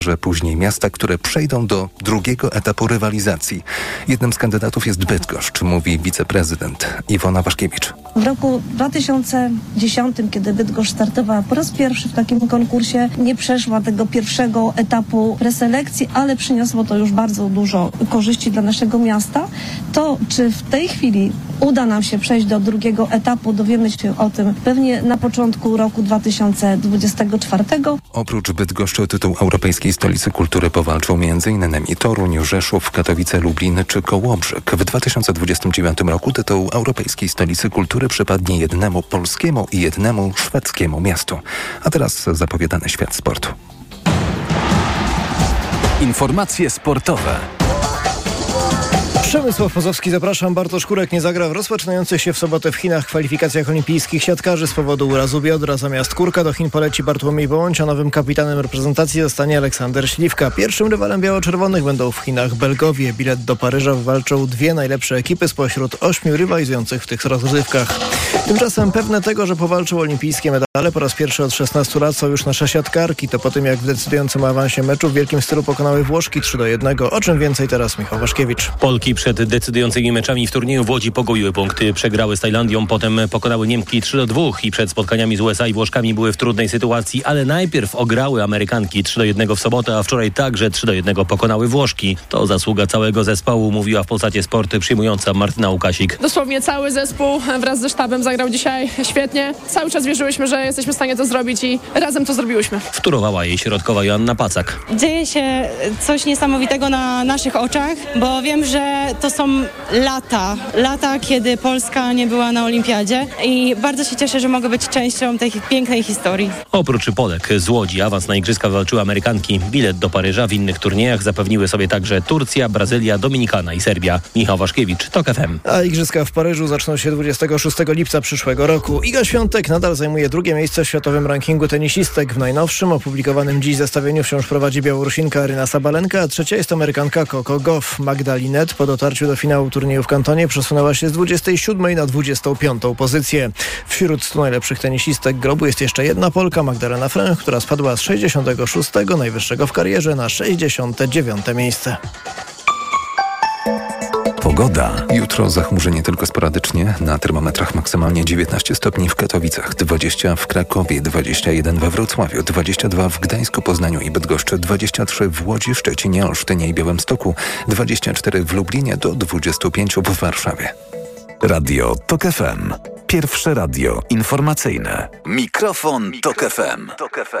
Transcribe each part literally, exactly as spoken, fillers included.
że później miasta, które przejdą do drugiego etapu rywalizacji. Jednym z kandydatów jest Bydgoszcz, mówi wiceprezydent Iwona Waszkiewicz. W roku dwa tysiące dziesiątym, kiedy Bydgoszcz startowała po raz pierwszy w takim konkursie, nie przeszła tego pierwszego etapu preselekcji, ale przyniosło to już bardzo dużo korzyści dla naszego miasta. To, czy w tej chwili uda nam się przejść do drugiego etapu, dowiemy się o tym pewnie na początku roku dwa tysiące dwudziestego czwartego. Oprócz Bydgoszczy o tytuł Europejskiej Stolicy Kultury powalczą m.in. Toruń, Rzeszów, Katowice, Lublin czy Kołobrzeg. W dwa tysiące dwudziestym dziewiątym roku tytuł Europejskiej Stolicy Kultury przypadnie jednemu polskiemu i jednemu szwedzkiemu miastu. A teraz zapowiadany świat sportu. Informacje sportowe. Przemysław Pozowski, zapraszam. Bartosz Kurek nie zagra w rozpoczynających się w sobotę w Chinach kwalifikacjach olimpijskich siatkarzy z powodu urazu biodra. Zamiast Kurka do Chin poleci Bartłomiej Bołądź, a nowym kapitanem reprezentacji zostanie Aleksander Śliwka. Pierwszym rywalem biało-czerwonych będą w Chinach Belgowie. Bilet do Paryża wywalczą dwie najlepsze ekipy spośród ośmiu rywalizujących w tych rozgrywkach. Tymczasem pewne tego, że powalczą olimpijskie medale po raz pierwszy od szesnastu lat są już nasze siatkarki. To po tym, jak w decydującym awansie meczu w wielkim stylu pokonały Włoszki trzy do jednego. O czym więcej teraz Michał Waszkiewicz. Polki przed decydującymi meczami w turnieju w Łodzi pogoiły punkty. Przegrały z Tajlandią, potem pokonały Niemki trzy do dwóch i przed spotkaniami z U S A i Włoszkami były w trudnej sytuacji, ale najpierw ograły Amerykanki trzy do jednego w sobotę, a wczoraj także trzy do jednego pokonały Włoszki. To zasługa całego zespołu, mówiła w Polsacie Sport przyjmująca Martyna Łukasik. Dosłownie cały zespół wraz ze sztabem zagrał dzisiaj świetnie. Cały czas wierzyłyśmy, że jesteśmy w stanie to zrobić i razem to zrobiłyśmy. Wtórowała jej środkowa Joanna Pacak. Dzieje się coś niesamowitego na naszych oczach, bo wiem, że to są lata, lata, kiedy Polska nie była na olimpiadzie i bardzo się cieszę, że mogę być częścią tej pięknej historii. Oprócz Polek z Łodzi awans na igrzyska wywalczyły Amerykanki. Bilet do Paryża w innych turniejach zapewniły sobie także Turcja, Brazylia, Dominikana i Serbia. Michał Waszkiewicz, TOK F M. A igrzyska w Paryżu zaczną się dwudziestego szóstego lipca przyszłego roku. Iga Świątek nadal zajmuje drugie miejsce w światowym rankingu tenisistek. W najnowszym, opublikowanym dziś zestawieniu wciąż prowadzi Białorusinka Aryna Sabalenka, a trzecia jest Amerykanka Coco Gauff. Magda Linette po dotarciu do finału turnieju w Kantonie przesunęła się z dwudziestej siódmej na dwudziestą piątą pozycję. Wśród stu najlepszych tenisistek globu jest jeszcze jedna Polka, Magdalena Fręch, która spadła z sześćdziesiątego szóstego, najwyższego w karierze, na sześćdziesiąte dziewiąte miejsce. Pogoda. Jutro zachmurzenie tylko sporadycznie. Na termometrach maksymalnie dziewiętnaście stopni w Katowicach, dwadzieścia w Krakowie, dwadzieścia jeden we Wrocławiu, dwadzieścia dwa w Gdańsku, Poznaniu i Bydgoszczy, dwadzieścia trzy w Łodzi, Szczecinie, Olsztynie i Białymstoku, dwadzieścia cztery w Lublinie do dwudziestu pięciu w Warszawie. Radio TOK F M. Pierwsze radio informacyjne. Mikrofon TOK F M.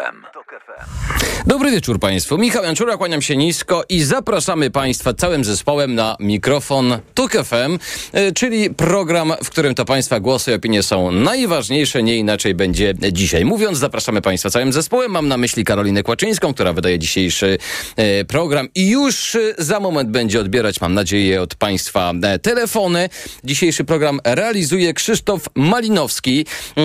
Dobry wieczór Państwu. Michał Janczura, kłaniam się nisko i zapraszamy Państwa całym zespołem na mikrofon TOK F M, czyli program, w którym to Państwa głosy i opinie są najważniejsze, nie inaczej będzie dzisiaj. Mówiąc, zapraszamy Państwa całym zespołem. Mam na myśli Karolinę Kłaczyńską, która wydaje dzisiejszy program i już za moment będzie odbierać, mam nadzieję, od Państwa telefony. Dzisiejszy program realizuje Krzysztof Malinowski,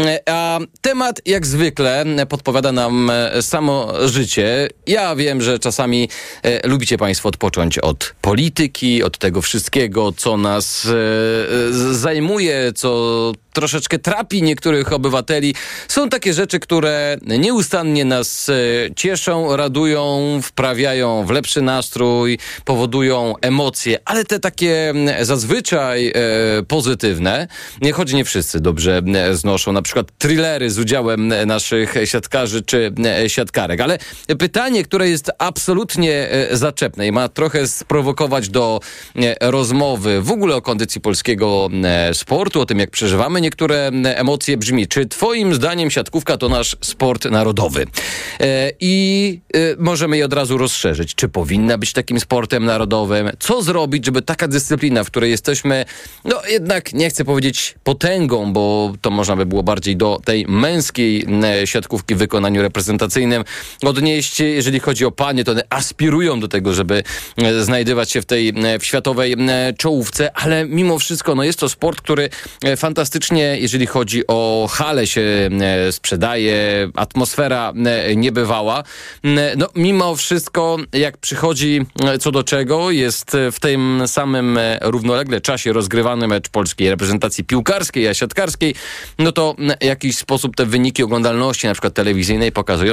a temat jak zwykle podpowiada nam samo życie. Ja wiem, że czasami e, lubicie Państwo odpocząć od polityki, od tego wszystkiego, co nas e, zajmuje, co troszeczkę trapi niektórych obywateli. Są takie rzeczy, które nieustannie nas e, cieszą, radują, wprawiają w lepszy nastrój, powodują emocje, ale te takie zazwyczaj e, pozytywne, nie choć nie wszyscy dobrze e, znoszą. Na przykład thrillery z udziałem naszych siatkarzy czy e, siatkarek. Ale pytanie, które jest absolutnie e, zaczepne i ma trochę sprowokować do e, rozmowy w ogóle o kondycji polskiego e, sportu, o tym, jak przeżywamy niektóre emocje, brzmi: czy twoim zdaniem siatkówka to nasz sport narodowy? E, I e, możemy je od razu rozszerzyć. Czy powinna być takim sportem narodowym? Co zrobić, żeby taka dyscyplina, w której jesteśmy, no jednak nie chcę powiedzieć potęgą, bo to można by było bardziej do tej męskiej e, siatkówki w wykonaniu reprezentacyjnym odnieść. Jeżeli chodzi o panie, to one aspirują do tego, żeby e, znajdywać się w tej e, w światowej e, czołówce, ale mimo wszystko no jest to sport, który e, fantastycznie, jeżeli chodzi o hale, się e, sprzedaje, atmosfera e, niebywała. E, no mimo wszystko, jak przychodzi e, co do czego, jest e, w tym samym e, równolegle czasie rozgrywany mecz polskiej reprezentacji piłkarskiej, a siatkarskiej, no to w jakiś sposób te wyniki oglądalności, na przykład telewizyjnej, pokazują, że jednak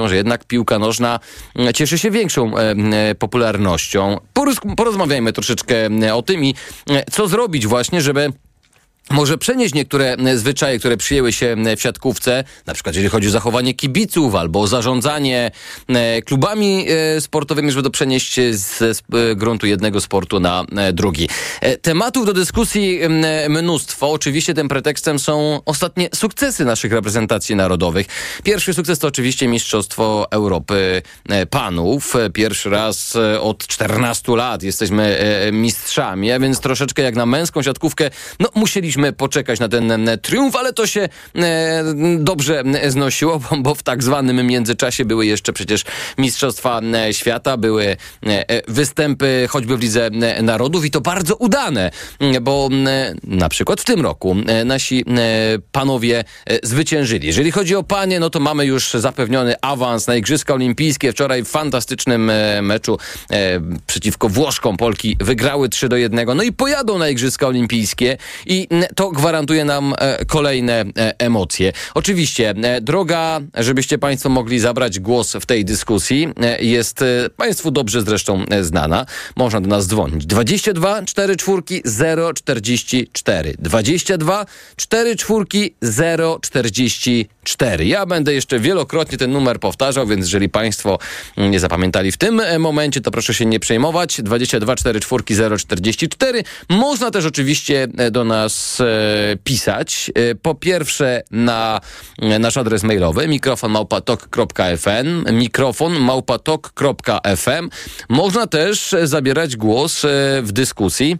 jednak piłka nożna cieszy się większą popularnością. Poroz- porozmawiajmy troszeczkę o tym i co zrobić właśnie, żeby może przenieść niektóre zwyczaje, które przyjęły się w siatkówce, na przykład jeżeli chodzi o zachowanie kibiców albo o zarządzanie klubami sportowymi, żeby to przenieść z gruntu jednego sportu na drugi. Tematów do dyskusji mnóstwo. Oczywiście tym pretekstem są ostatnie sukcesy naszych reprezentacji narodowych. Pierwszy sukces to oczywiście Mistrzostwo Europy Panów. Pierwszy raz od czternastu lat jesteśmy mistrzami, a więc troszeczkę jak na męską siatkówkę, no musieliśmy poczekać na ten triumf, ale to się e, dobrze znosiło, bo, bo w tak zwanym międzyczasie były jeszcze przecież Mistrzostwa Świata, były e, występy choćby w Lidze Narodów i to bardzo udane, bo e, na przykład w tym roku e, nasi e, panowie e, zwyciężyli. Jeżeli chodzi o panie, no to mamy już zapewniony awans na Igrzyska Olimpijskie. Wczoraj w fantastycznym e, meczu e, przeciwko Włoszkom Polki wygrały trzy do jednego, no i pojadą na Igrzyska Olimpijskie i to gwarantuje nam e, kolejne e, emocje. Oczywiście e, droga, żebyście państwo mogli zabrać głos w tej dyskusji, e, jest e, państwu dobrze zresztą e, znana. Można do nas dzwonić. dwadzieścia dwa cztery cztery zero czterdzieści cztery. dwadzieścia dwa cztery cztery zero czterdzieści cztery. Ja będę jeszcze wielokrotnie ten numer powtarzał, więc jeżeli państwo nie zapamiętali w tym momencie, to proszę się nie przejmować. dwadzieścia dwa cztery cztery zero czterdzieści cztery. Można też oczywiście do nas e, pisać. E, po pierwsze na e, nasz adres mailowy mikrofon małpa tok kropka f m mikrofon małpa tok kropka f m. Można też zabierać głos e, w dyskusji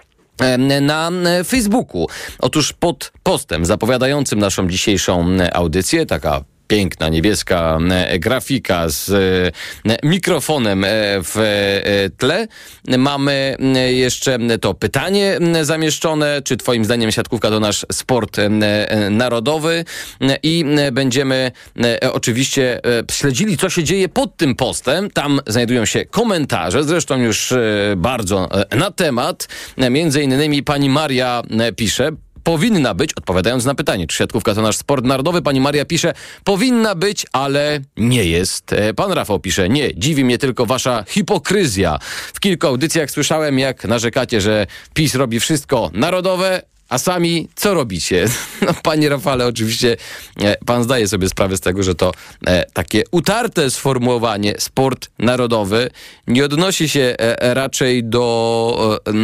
na Facebooku. Otóż pod postem zapowiadającym naszą dzisiejszą audycję, taka piękna, niebieska grafika z mikrofonem w tle. Mamy jeszcze to pytanie zamieszczone, czy twoim zdaniem siatkówka to nasz sport narodowy, i będziemy oczywiście śledzili, co się dzieje pod tym postem. Tam znajdują się komentarze, zresztą już bardzo na temat. Między innymi pani Maria pisze: powinna być, odpowiadając na pytanie, czy siatkówka to nasz sport narodowy, pani Maria pisze: powinna być, ale nie jest. Pan Rafał pisze: nie, dziwi mnie tylko wasza hipokryzja. W kilku audycjach słyszałem, jak narzekacie, że PiS robi wszystko narodowe, a sami co robicie? No, panie Rafale, oczywiście e, pan zdaje sobie sprawę z tego, że to e, takie utarte sformułowanie sport narodowy nie odnosi się e, raczej do, e,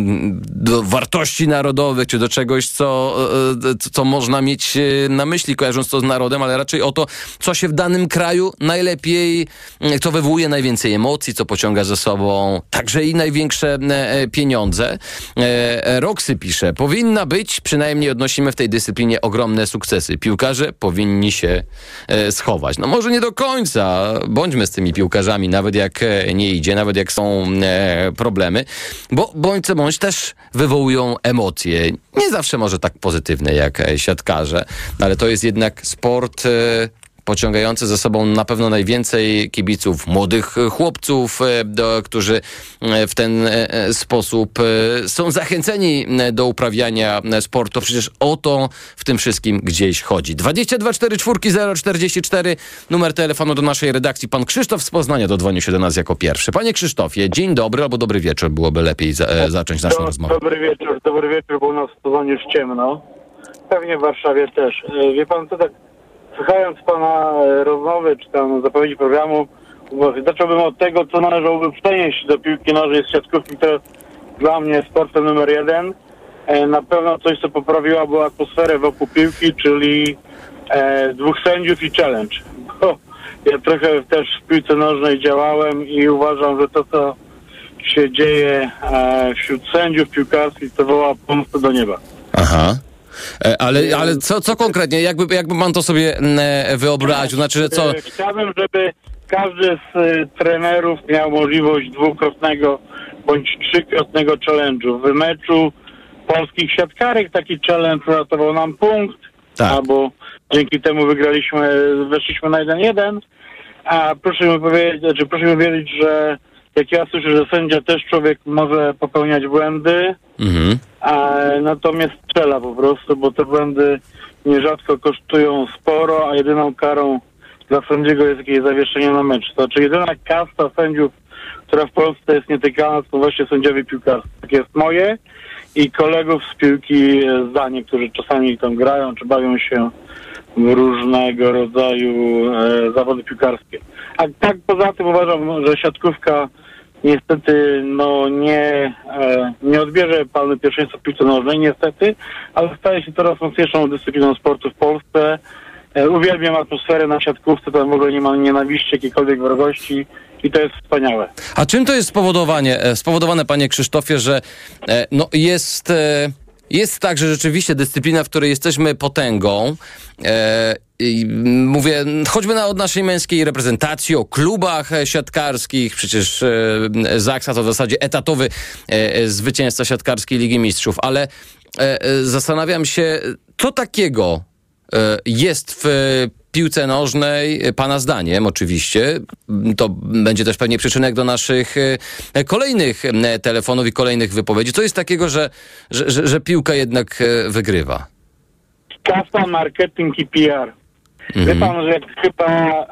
do wartości narodowych, czy do czegoś, co, e, co można mieć na myśli, kojarząc to z narodem, ale raczej o to, co się w danym kraju najlepiej, co wywołuje najwięcej emocji, co pociąga ze sobą także i największe e, pieniądze. E, Roxy pisze: powinna być, przynajmniej odnosimy w tej dyscyplinie ogromne sukcesy. Piłkarze powinni się e, schować. No może nie do końca. Bądźmy z tymi piłkarzami, nawet jak e, nie idzie, nawet jak są e, problemy, bo bądź co bądź też wywołują emocje. Nie zawsze może tak pozytywne jak e, siatkarze, ale to jest jednak sport e, pociągający za sobą na pewno najwięcej kibiców, młodych chłopców, do, którzy w ten sposób są zachęceni do uprawiania sportu. Przecież o to w tym wszystkim gdzieś chodzi. dwadzieścia dwa cztery cztery zero czterdzieści cztery, numer telefonu do naszej redakcji. Pan Krzysztof z Poznania dodzwonił się do nas jako pierwszy. Panie Krzysztofie, dzień dobry albo dobry wieczór, byłoby lepiej za, zacząć naszą do, rozmowę. Dobry wieczór, dobry wieczór, bo u nas w Poznaniu już ciemno. Pewnie w Warszawie też. Wie pan co, tak słuchając pana rozmowy, czy tam zapowiedzi programu, zacząłbym od tego, co należałoby przenieść do piłki nożnej z siatkówki. To jest dla mnie sportem numer jeden. Na pewno coś, co poprawiłaby atmosferę wokół piłki, czyli e, dwóch sędziów i challenge. Bo ja trochę też w piłce nożnej działałem i uważam, że to, co się dzieje e, wśród sędziów piłkarskich, to woła pomstę do nieba. Aha. Ale, ale co, co konkretnie? Jakby, jakby pan to sobie wyobraził? Znaczy, że co? Chciałbym, żeby każdy z y, trenerów miał możliwość dwukrotnego bądź trzykrotnego challenge'u. W meczu polskich siatkarek taki challenge uratował nam punkt, tak. Albo dzięki temu wygraliśmy, weszliśmy na jeden jeden. A proszę mi powiedzieć, znaczy proszę mi wiedzieć, że jak ja słyszę, że sędzia też człowiek może popełniać błędy, mhm. a, natomiast strzela po prostu, bo te błędy nierzadko kosztują sporo, a jedyną karą dla sędziego jest jakieś zawieszenie na mecz. To znaczy jedyna kasta sędziów, która w Polsce jest nietykalna, to właśnie sędziowie piłkarscy. Tak jest moje i kolegów z piłki zdanie, którzy czasami tam grają, czy bawią się w różnego rodzaju e, zawody piłkarskie. A tak poza tym uważam, że siatkówka niestety no nie, e, nie odbierze palmy pierwszeństwa w piłce nożnej, niestety, ale staje się coraz mocniejszą dyscypliną sportu w Polsce. E, uwielbiam atmosferę na siatkówce, tam w ogóle nie ma nienawiści, jakiejkolwiek wrogości i to jest wspaniałe. A czym to jest spowodowanie, spowodowane, panie Krzysztofie, że e, no jest... E... Jest tak, że rzeczywiście dyscyplina, w której jesteśmy potęgą, e, i mówię choćby na, od naszej męskiej reprezentacji, o klubach siatkarskich, przecież e, Zaksa to w zasadzie etatowy e, zwycięzca siatkarskiej Ligi Mistrzów, ale e, e, zastanawiam się, co takiego e, jest w piłce nożnej, pana zdaniem oczywiście, to będzie też pewnie przyczynek do naszych e, kolejnych e, telefonów i kolejnych wypowiedzi. Co jest takiego, że, że, że, że piłka jednak e, wygrywa? Kasa, marketing i P R. Mhm. Wie pan, że jak chyba e,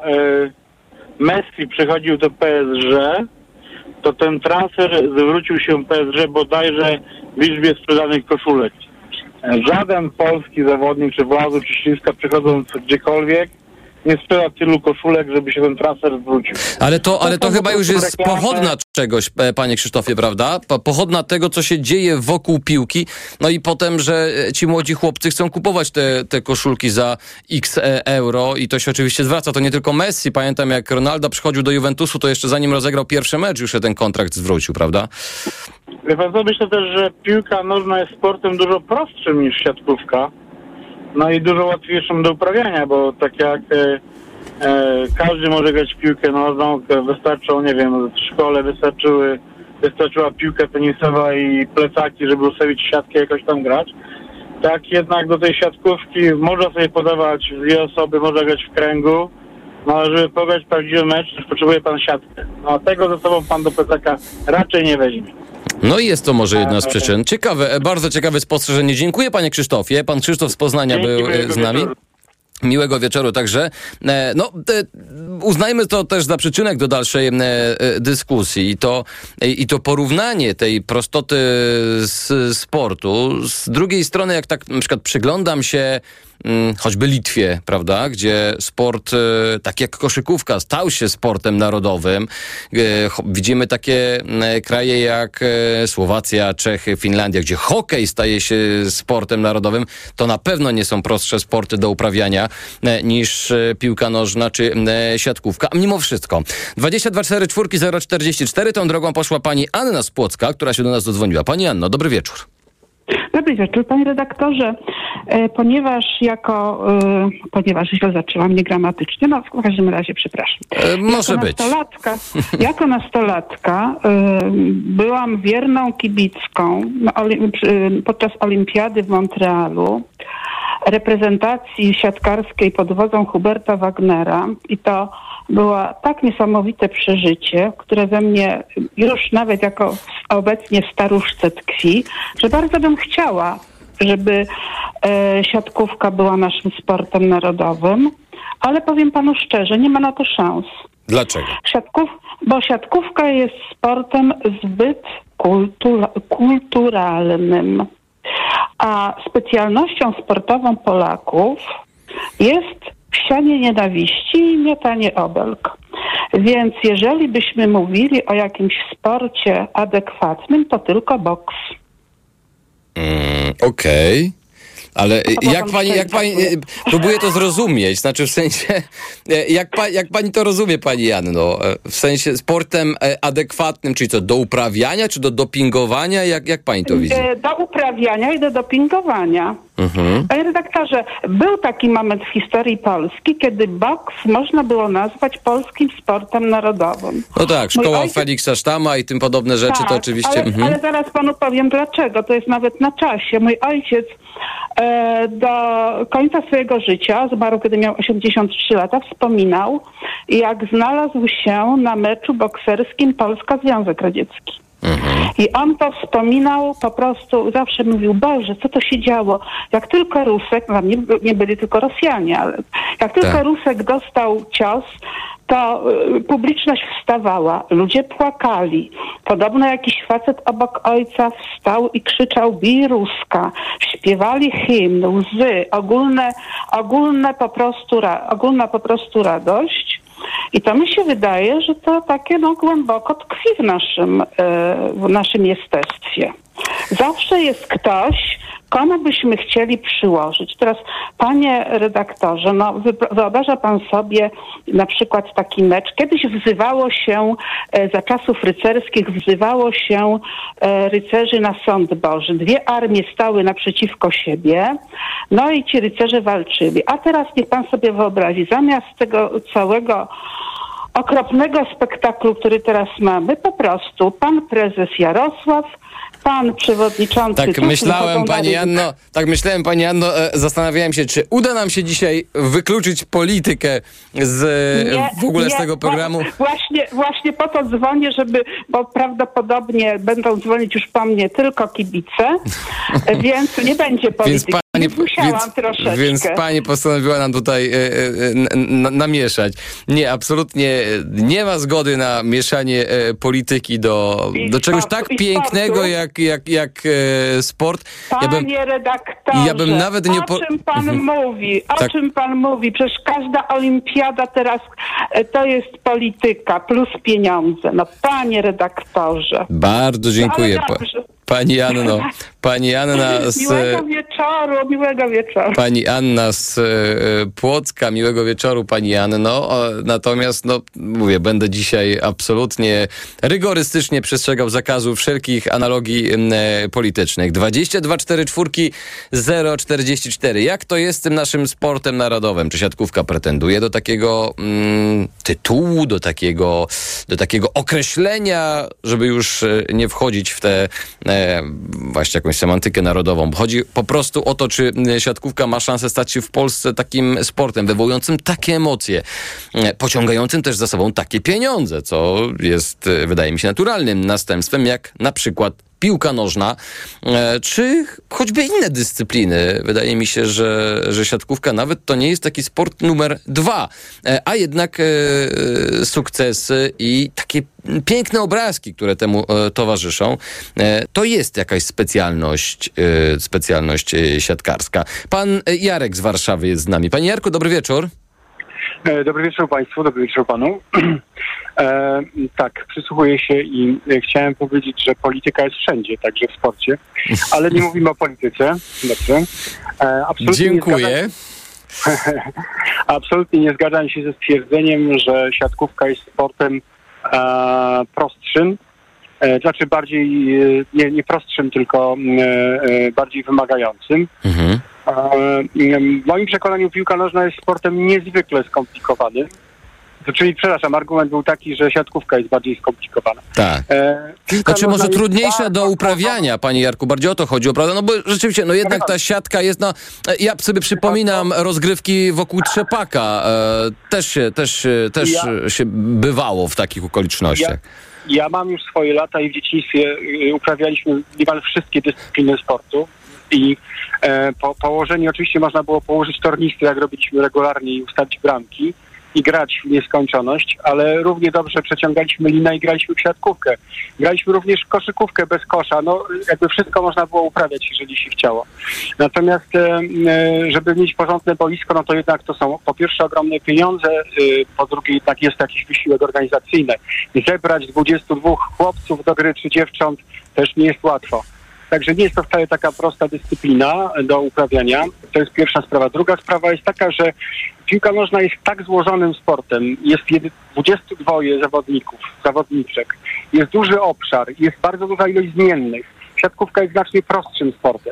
Messi przychodził do P S G, to ten transfer zwrócił się P S G bodajże w liczbie sprzedanych koszulek. Żaden polski zawodnik, czy Włazu, czy Śliwska, przychodząc gdziekolwiek, nie sprzeda tylu koszulek, żeby się ten transfer zwrócił. Ale to, ale to chyba już jest pochodna czegoś, panie Krzysztofie, prawda? Pochodna tego, co się dzieje wokół piłki, no i potem, że ci młodzi chłopcy chcą kupować te, te koszulki za x euro i to się oczywiście zwraca. To nie tylko Messi. Pamiętam, jak Ronaldo przychodził do Juventusu, to jeszcze zanim rozegrał pierwszy mecz, już się ten kontrakt zwrócił, prawda? Wie pan co, myślę też, że piłka nożna jest sportem dużo prostszym niż siatkówka. No i dużo łatwiejszym do uprawiania, bo tak jak e, e, każdy może grać w piłkę nożną, wystarczą, nie wiem, w szkole wystarczyły, wystarczyła piłka tenisowa i plecaki, żeby ustawić siatkę, jakoś tam grać. Tak jednak do tej siatkówki można sobie podawać dwie osoby, można grać w kręgu, no ale żeby pograć prawdziwy mecz, potrzebuje pan siatkę. No a tego ze sobą pan do plecaka raczej nie weźmie. No i jest to może jedna z przyczyn. Ciekawe, bardzo ciekawe spostrzeżenie. Dziękuję, panie Krzysztofie. Pan Krzysztof z Poznania Dzięki, był z nami. Wieczoru. Miłego wieczoru także. No, uznajmy to też za przyczynek do dalszej dyskusji i to, i to porównanie tej prostoty z sportu. Z drugiej strony, jak tak na przykład przyglądam się choćby Litwie, prawda, gdzie sport, tak jak koszykówka, stał się sportem narodowym. Widzimy takie kraje jak Słowacja, Czechy, Finlandia, gdzie hokej staje się sportem narodowym. To na pewno nie są prostsze sporty do uprawiania niż piłka nożna czy siatkówka. A mimo wszystko, dwadzieścia dwa czterdzieści cztery zero czterdzieści cztery, tą drogą poszła pani Anna z Płocka, która się do nas dodzwoniła. Pani Anno, dobry wieczór. Dobry wieczór, panie redaktorze. E, ponieważ jako, e, ponieważ źle zaczęłam, niegramatycznie, no w każdym razie przepraszam. E, może jako być. Nastolatka, jako nastolatka e, byłam wierną kibicką no, olim, podczas olimpiady w Montrealu, reprezentacji siatkarskiej pod wodzą Huberta Wagnera i to było tak niesamowite przeżycie, które we mnie już nawet jako obecnie w staruszce tkwi, że bardzo bym chciała, żeby e, siatkówka była naszym sportem narodowym, ale powiem panu szczerze, nie ma na to szans. Dlaczego? Siatków, bo siatkówka jest sportem zbyt kultura, kulturalnym, a specjalnością sportową Polaków jest sianie nienawiści i miotanie obelg. Więc jeżeli byśmy mówili o jakimś sporcie adekwatnym, to tylko boks. Mm, Okej. Okay. Ale jak pani, jak pani, próbuję to zrozumieć, znaczy w sensie, jak, pa, jak pani to rozumie, pani Janno, w sensie sportem adekwatnym, czyli co, do uprawiania, czy do dopingowania, jak, jak pani to widzi? Do uprawiania i do dopingowania. Mhm. Panie redaktorze, był taki moment w historii Polski, kiedy boks można było nazwać polskim sportem narodowym. No tak, szkoła ojciec... Feliksa Sztama i tym podobne rzeczy, tak, to oczywiście... Ale, mhm. ale zaraz panu powiem dlaczego, to jest nawet na czasie. Mój ojciec e, do końca swojego życia, zmarł kiedy miał osiemdziesiąt trzy lata, wspominał, jak znalazł się na meczu bokserskim Polska-Związek Radziecki. Mhm. I on to wspominał po prostu, zawsze mówił, Boże, co to się działo? Jak tylko Rusek, no nie, nie byli tylko Rosjanie, ale jak tylko Tak. Rusek dostał cios, to y, publiczność wstawała, ludzie płakali. Podobno jakiś facet obok ojca wstał i krzyczał bij Ruska. Śpiewali hymn, łzy, ogólne, ogólne po prostu, ra, ogólna po prostu radość. I to mi się wydaje, że to takie no, głęboko tkwi w naszym, y, w naszym jestestwie. Zawsze jest ktoś, komu byśmy chcieli przyłożyć. Teraz, panie redaktorze, no wyobraża pan sobie na przykład taki mecz. Kiedyś wzywało się, e, za czasów rycerskich wzywało się e, rycerzy na sąd Boży. Dwie armie stały naprzeciwko siebie, no i ci rycerze walczyli. A teraz niech pan sobie wyobrazi, zamiast tego całego okropnego spektaklu, który teraz mamy, po prostu pan prezes Jarosław, pan przewodniczący... Tak myślałem, pani Anno, tak myślałem, pani Anno, e, zastanawiałem się, czy uda nam się dzisiaj wykluczyć politykę z Nie, w ogóle nie, z tego programu. Właśnie, właśnie po to dzwonię, żeby, bo prawdopodobnie będą dzwonić już po mnie tylko kibice, więc nie będzie polityki. Więc pani, musiałam więc, troszeczkę. więc pani postanowiła nam tutaj e, e, n, n, namieszać. Nie, absolutnie nie ma zgody na mieszanie e, polityki do, I do czegoś sportu, tak i pięknego sportu. jak, jak, jak e, sport. Panie Ja bym, redaktorze, ja bym nawet nie po... o czym pan Mhm. mówi? O Tak. czym pan mówi? Przecież każda olimpiada teraz e, to jest polityka plus pieniądze. No panie redaktorze. Bardzo dziękuję. Ale Pa, dobrze. pani Anno, pani Anna z... Miłego wieczoru, miłego wieczoru. Pani Anna z e, Płocka, miłego wieczoru pani Anno. O, natomiast, no mówię, będę dzisiaj absolutnie rygorystycznie przestrzegał zakazu wszelkich analogii e, politycznych. dwadzieścia dwa czterdzieści cztery zero czterdzieści cztery. Jak to jest z tym naszym sportem narodowym? Czy siatkówka pretenduje do takiego mm, tytułu, do takiego, do takiego określenia, żeby już e, nie wchodzić w tę e, właśnie jakąś semantykę narodową. Chodzi po prostu o to, czy siatkówka ma szansę stać się w Polsce takim sportem wywołującym takie emocje, pociągającym też za sobą takie pieniądze, co jest, wydaje mi się, naturalnym następstwem, jak na przykład piłka nożna, czy choćby inne dyscypliny. Wydaje mi się, że, że siatkówka nawet to nie jest taki sport numer dwa, a jednak sukcesy i takie piękne obrazki, które temu towarzyszą, to jest jakaś specjalność, specjalność siatkarska. Pan Jarek z Warszawy jest z nami. Panie Jarku, dobry wieczór. Dobry wieczór Państwu, dobry wieczór Panu. E, tak, przysłuchuję się i chciałem powiedzieć, że polityka jest wszędzie, także w sporcie, ale nie mówimy o polityce. Dobrze. E, absolutnie Dziękuję. Nie zgadzam, absolutnie nie zgadzam się ze stwierdzeniem, że siatkówka jest sportem e, prostszym. E, znaczy bardziej, nie, nie prostszym, tylko e, bardziej wymagającym. Mhm. W moim przekonaniu piłka nożna jest sportem niezwykle skomplikowanym. Czyli, przepraszam, argument był taki, że siatkówka jest bardziej skomplikowana. Tak. E, znaczy może trudniejsza do uprawiania, panie Jarku, bardziej o to chodziło, prawda? No bo rzeczywiście, no jednak ta siatka jest, no ja sobie przypominam rozgrywki wokół trzepaka. E, też się, też, też ja, się bywało w takich okolicznościach. Ja, ja mam już swoje lata i w dzieciństwie uprawialiśmy niemal wszystkie dyscypliny sportu. I e, po położeniu oczywiście można było położyć tornisty, jak robiliśmy regularnie i ustawić bramki i grać w nieskończoność, ale równie dobrze przeciągaliśmy linę i graliśmy w siatkówkę. Graliśmy również koszykówkę bez kosza. No jakby wszystko można było uprawiać, jeżeli się chciało. Natomiast e, żeby mieć porządne boisko, no to jednak to są po pierwsze ogromne pieniądze, e, po drugie jednak jest jakiś wysiłek organizacyjny. Zebrać dwudziestu dwóch chłopców do gry czy dziewcząt też nie jest łatwo. Także nie jest to wcale taka prosta dyscyplina do uprawiania. To jest pierwsza sprawa. Druga sprawa jest taka, że piłka nożna jest tak złożonym sportem. Jest dwudziestu dwóch zawodników, zawodniczek. Jest duży obszar, jest bardzo duża ilość zmiennych. Siatkówka jest znacznie prostszym sportem.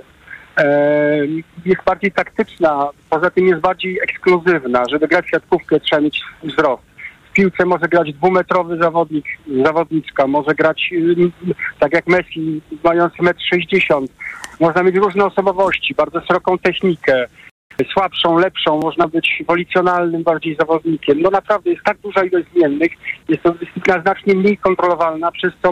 Jest bardziej taktyczna, poza tym jest bardziej ekskluzywna. Żeby grać w siatkówkę, trzeba mieć wzrost. W piłce może grać dwumetrowy zawodnik, zawodniczka, może grać tak jak Messi, mający metr sześćdziesiąt. Można mieć różne osobowości, bardzo szeroką technikę, słabszą, lepszą, można być wolicjonalnym bardziej zawodnikiem. No naprawdę jest tak duża ilość zmiennych, jest to dyscyplina znacznie mniej kontrolowalna, przez co ma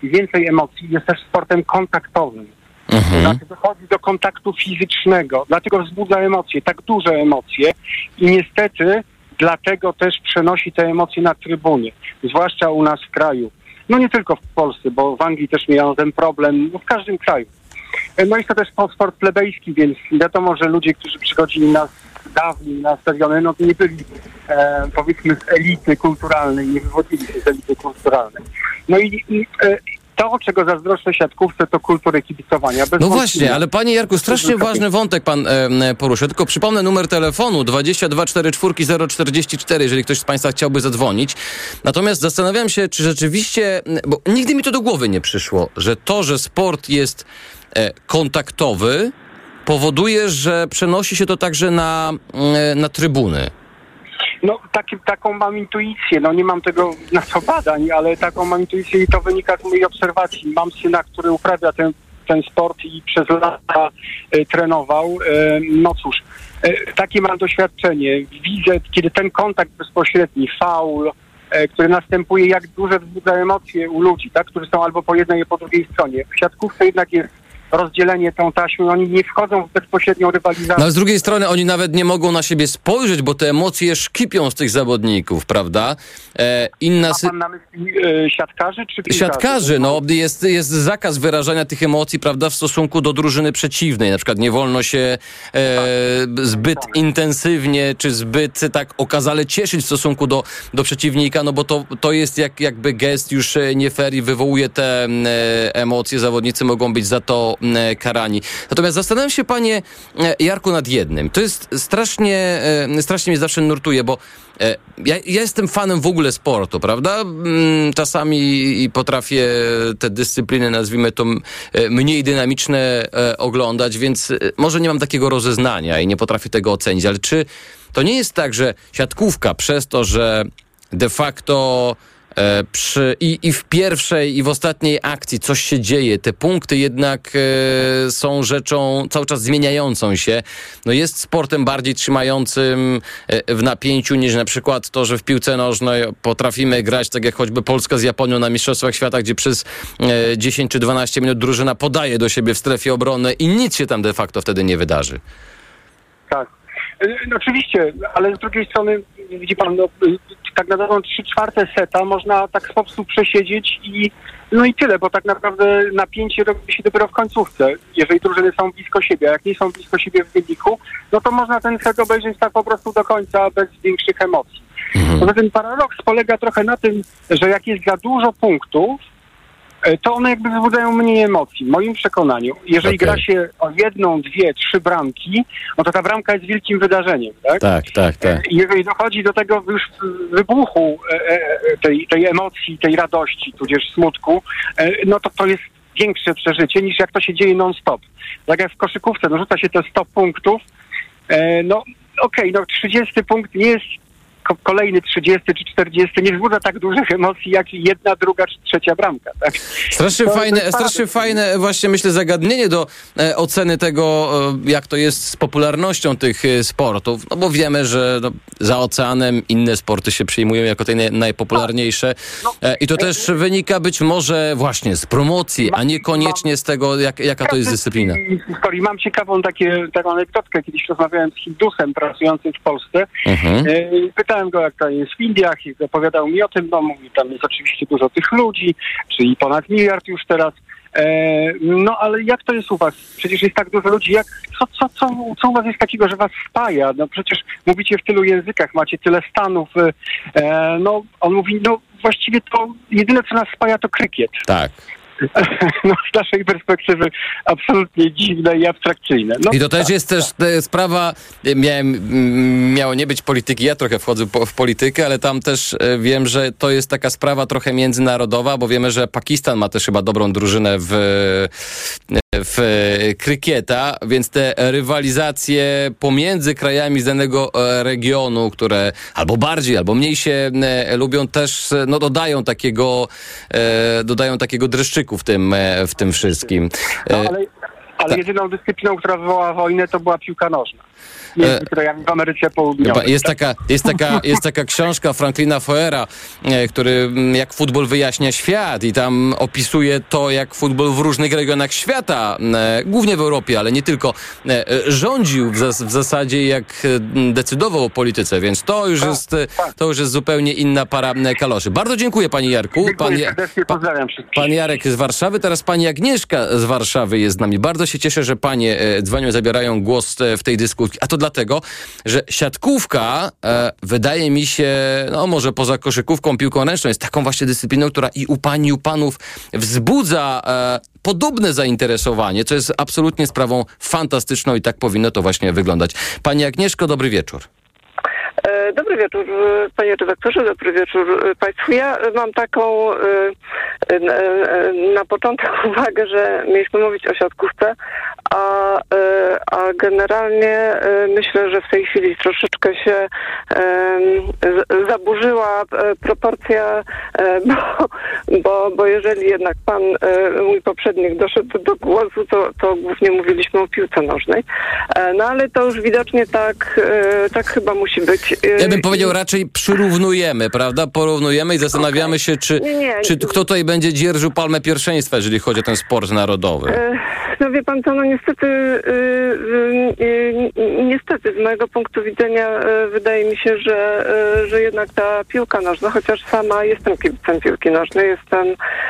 i więcej emocji, jest też sportem kontaktowym. Mhm. Znaczy dochodzi do kontaktu fizycznego, dlatego wzbudza emocje, tak duże emocje i niestety dlatego też przenosi te emocje na trybuny, zwłaszcza u nas w kraju. No nie tylko w Polsce, bo w Anglii też miano ten problem, no w każdym kraju. No jest to też sport plebejski, więc wiadomo, że ludzie, którzy przychodzili nas dawniej na stadiony, no to nie byli e, powiedzmy z elity kulturalnej, nie wywodzili się z elity kulturalnej. No i, i e, to, czego zazdroszczę siatkówce, to kultury kibicowania. Bez no właśnie, ale panie Jarku, strasznie ważny wątek pan e, poruszył. Tylko przypomnę numer telefonu dwadzieścia dwa czterdzieści cztery zero czterdzieści cztery, jeżeli ktoś z państwa chciałby zadzwonić. Natomiast zastanawiam się, czy rzeczywiście, bo nigdy mi to do głowy nie przyszło, że to, że sport jest e, kontaktowy, powoduje, że przenosi się to także na, e, na trybuny. No taki, taką mam intuicję, no nie mam tego na co badań, ale taką mam intuicję i to wynika z mojej obserwacji. Mam syna, który uprawia ten, ten sport i przez lata e, trenował. E, no cóż, e, takie mam doświadczenie. Widzę, kiedy ten kontakt bezpośredni, faul, e, który następuje, jak duże wzbudza emocje u ludzi, tak, którzy są albo po jednej, albo po drugiej stronie. W siatkówce jednak jest rozdzielenie tą taśmą, oni nie wchodzą w bezpośrednią rywalizację. No ale z drugiej strony oni nawet nie mogą na siebie spojrzeć, bo te emocje szkipią z tych zawodników, prawda? E, inna Ma pan na myśli e, siatkarzy czy piłkarzy? Siatkarzy, no jest, jest zakaz wyrażania tych emocji, prawda, w stosunku do drużyny przeciwnej. Na przykład nie wolno się e, zbyt intensywnie, czy zbyt tak okazale cieszyć w stosunku do, do przeciwnika, no bo to, to jest jak, jakby gest już nie fair i wywołuje te e, emocje. Zawodnicy mogą być za to karani. Natomiast zastanawiam się, panie Jarku, nad jednym. To jest strasznie, strasznie mnie zawsze nurtuje, bo ja, ja jestem fanem w ogóle sportu, prawda? Czasami potrafię te dyscypliny, nazwijmy to, mniej dynamiczne oglądać, więc może nie mam takiego rozeznania i nie potrafię tego ocenić, ale czy to nie jest tak, że siatkówka przez to, że de facto Przy, i, i w pierwszej, i w ostatniej akcji coś się dzieje. Te punkty jednak e, są rzeczą cały czas zmieniającą się. No jest sportem bardziej trzymającym e, w napięciu niż na przykład to, że w piłce nożnej potrafimy grać tak jak choćby Polska z Japonią na Mistrzostwach Świata, gdzie przez e, dziesięć czy dwanaście minut drużyna podaje do siebie w strefie obronnej i nic się tam de facto wtedy nie wydarzy. Tak. No, oczywiście, ale z drugiej strony, widzi pan, no, tak na dobrą trzy czwarte seta można tak w sposób przesiedzieć i no i tyle, bo tak naprawdę napięcie robi się dopiero w końcówce, jeżeli drużyny są blisko siebie, a jak nie są blisko siebie w wyniku, no to można ten set obejrzeć tak po prostu do końca bez większych emocji. Mhm. Poza tym paradoks polega trochę na tym, że jak jest za dużo punktów, to one jakby wzbudzają mniej emocji. W moim przekonaniu, jeżeli okay. gra się o jedną, dwie, trzy bramki, no to ta bramka jest wielkim wydarzeniem, tak? Tak, tak, tak. Jeżeli dochodzi do tego już wybuchu tej, tej emocji, tej radości, tudzież smutku, no to to jest większe przeżycie niż jak to się dzieje non-stop. Tak jak w koszykówce, no rzuca się te sto punktów, no okej, okay, no trzydziesty punkt nie jest kolejny trzydziesty czy czterdziesty nie wzbudza tak dużych emocji jak jedna, druga czy trzecia bramka. Tak? Strasznie to, fajne, to strasznie fajne właśnie myślę zagadnienie do e, oceny tego, e, jak to jest z popularnością tych e, sportów, no bo wiemy, że no, za oceanem inne sporty się przyjmują jako te naj, najpopularniejsze e, i to też wynika być może właśnie z promocji, a niekoniecznie z tego, jak, jaka to jest dyscyplina. Historii. Mam ciekawą takie, taką anegdotkę. Kiedyś rozmawiałem z Hindusem pracującym w Polsce. Mhm. E, pytałem go, jak to jest w Indiach i opowiadał mi o tym, no mówi, tam jest oczywiście dużo tych ludzi, czyli ponad miliard już teraz. E, no ale jak to jest u was? Przecież jest tak dużo ludzi. Jak, co, co, co, co u was jest takiego, że was spaja? No przecież mówicie w tylu językach, macie tyle stanów. E, no on mówi, no właściwie to jedyne, co nas spaja, to krykiet. Tak. No, z naszej perspektywy absolutnie dziwne i abstrakcyjne. No, I to też tak, jest też tak. sprawa, miałem, miało nie być polityki, ja trochę wchodzę po, w politykę, ale tam też wiem, że to jest taka sprawa trochę międzynarodowa, bo wiemy, że Pakistan ma też chyba dobrą drużynę w, w krykieta, więc te rywalizacje pomiędzy krajami z danego regionu, które albo bardziej, albo mniej się lubią, też no, dodają takiego dodają takiego dreszczyku w tym, w tym wszystkim. No, ale Ale tak. jedyną dyscypliną, która wywołała wojnę, to była piłka nożna. Między krajami w Ameryce Południowej. Jest taka, jest taka, jest taka książka Franklina Foera, który jak futbol wyjaśnia świat i tam opisuje to, jak futbol w różnych regionach świata, głównie w Europie, ale nie tylko, rządził w, zas- w zasadzie, jak decydował o polityce, więc to już, jest, to już jest zupełnie inna para kaloszy. Bardzo dziękuję, panie Jarku. Pan, pa, pan Jarek z Warszawy, teraz pani Agnieszka z Warszawy jest z nami. Bardzo się cieszę, że panie dzwonią, zabierają głos w tej dyskusji, a to dlatego, że siatkówka e, wydaje mi się, no może poza koszykówką, piłką ręczną, jest taką właśnie dyscypliną, która i u pań, i u panów wzbudza e, podobne zainteresowanie, co jest absolutnie sprawą fantastyczną i tak powinno to właśnie wyglądać. Pani Agnieszko, dobry wieczór. Dobry wieczór, panie redaktorze, dobry wieczór państwu. Ja mam taką na początek uwagę, że mieliśmy mówić o siatkówce, a, a generalnie myślę, że w tej chwili troszeczkę się zaburzyła proporcja, bo, bo, bo jeżeli jednak pan, mój poprzednik, doszedł do głosu, to, to głównie mówiliśmy o piłce nożnej. No ale to już widocznie tak, tak chyba musi być. Ja bym powiedział, raczej przyrównujemy, prawda? Porównujemy i zastanawiamy się, czy, nie, nie. czy kto tutaj będzie dzierżył palmę pierwszeństwa, jeżeli chodzi o ten sport narodowy. No wie pan co, no niestety, niestety z mojego punktu widzenia wydaje mi się, że, że jednak ta piłka nożna, chociaż sama jestem kibicem piłki nożnej, jestem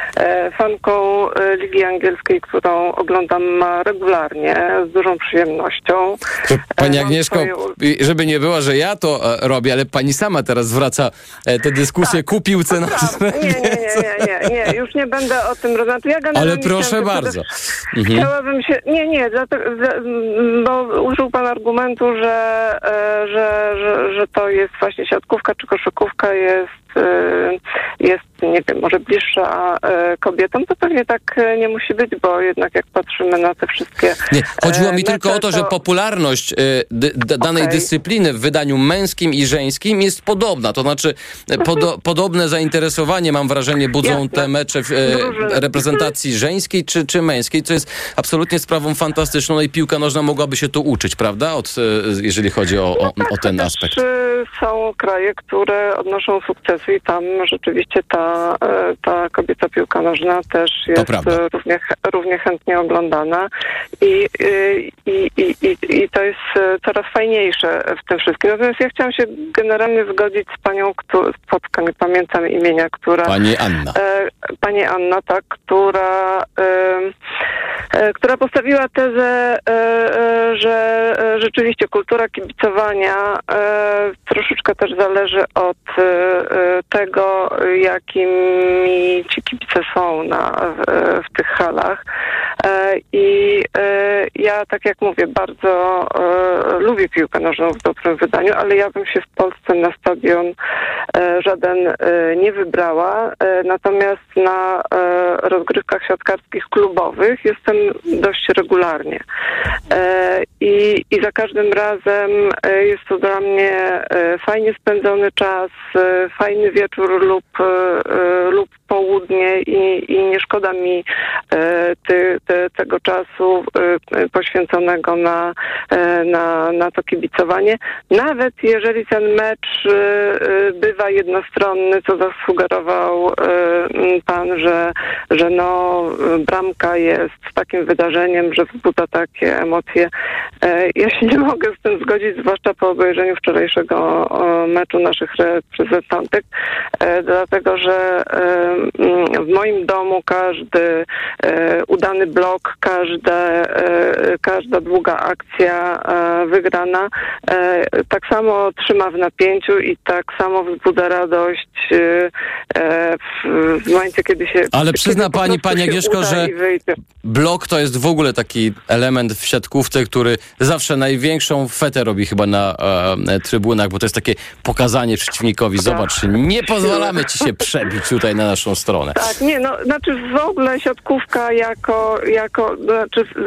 fanką Ligi Angielskiej, którą oglądam regularnie, z dużą przyjemnością. To, pani Mam Agnieszko, swoje... żeby nie było, że ja to robię, ale pani sama teraz zwraca tę dyskusję tak, ku piłce nożnej. Nie, nie, nie, nie, nie, nie, już nie będę o tym rozmawiać. Ja ale proszę bardzo. Mhm. Chciałabym się, nie, nie, dlatego, bo użył pan argumentu, że, że, że, że to jest właśnie siatkówka czy koszykówka jest jest, nie wiem, może bliższa kobietom, to pewnie tak nie musi być, bo jednak jak patrzymy na te wszystkie... Nie, chodziło mi mecze, tylko o to, to... że popularność d- d- danej okay. dyscypliny w wydaniu męskim i żeńskim jest podobna, to znaczy podo- podobne zainteresowanie, mam wrażenie, budzą Jasne. te mecze w e, reprezentacji żeńskiej czy, czy męskiej, co jest absolutnie sprawą fantastyczną, no i piłka nożna mogłaby się tu uczyć, prawda? Od, jeżeli chodzi o, o, o ten aspekt. Są kraje, które odnoszą sukces i tam rzeczywiście ta, ta kobieca piłka nożna też jest równie, równie chętnie oglądana i, i, i, i, i to jest coraz fajniejsze w tym wszystkim. Natomiast ja chciałam się generalnie zgodzić z panią Spotka, nie pamiętam imienia, która... Pani Anna. E, pani Anna, tak, która, e, e, która postawiła tezę, e, e, że e, rzeczywiście kultura kibicowania e, troszeczkę też zależy od e, tego, jakimi ci kibice są na, w, w tych halach. E, I e, ja, tak jak mówię, bardzo e, lubię piłkę nożną w dobrym wydaniu, ale ja bym się w Polsce na stadion e, żaden e, nie wybrała. E, natomiast na e, rozgrywkach siatkarskich klubowych jestem dość regularnie. E, i, I za każdym razem e, jest to dla mnie e, fajnie spędzony czas, e, fajny wieczór lub, e, lub południe i, i nie szkoda mi e, ty, te, tego czasu e, poświęconego na, e, na, na to kibicowanie. Nawet jeżeli ten mecz e, bywa jednostronny, co zasugerował e, pan, że, że no, bramka jest takim wydarzeniem, że wzbudza takie emocje. E, ja się nie mogę z tym zgodzić, zwłaszcza po obejrzeniu wczorajszego o, meczu naszych reprezentantek, e, dlatego że e, w moim domu każdy e, udany blok, każda, e, każda długa akcja e, wygrana e, tak samo trzyma w napięciu i tak samo wzbudza radość e, w, w momencie, kiedy się... Ale przyzna pani, pani Agnieszko, że blok to jest w ogóle taki element w siatkówce, który zawsze największą fetę robi chyba na e, trybunach, bo to jest takie pokazanie przeciwnikowi, zobacz, nie pozwalamy ci się przebić tutaj na naszą stronę. Tak, nie, no, znaczy w ogóle siatkówka jako, jako znaczy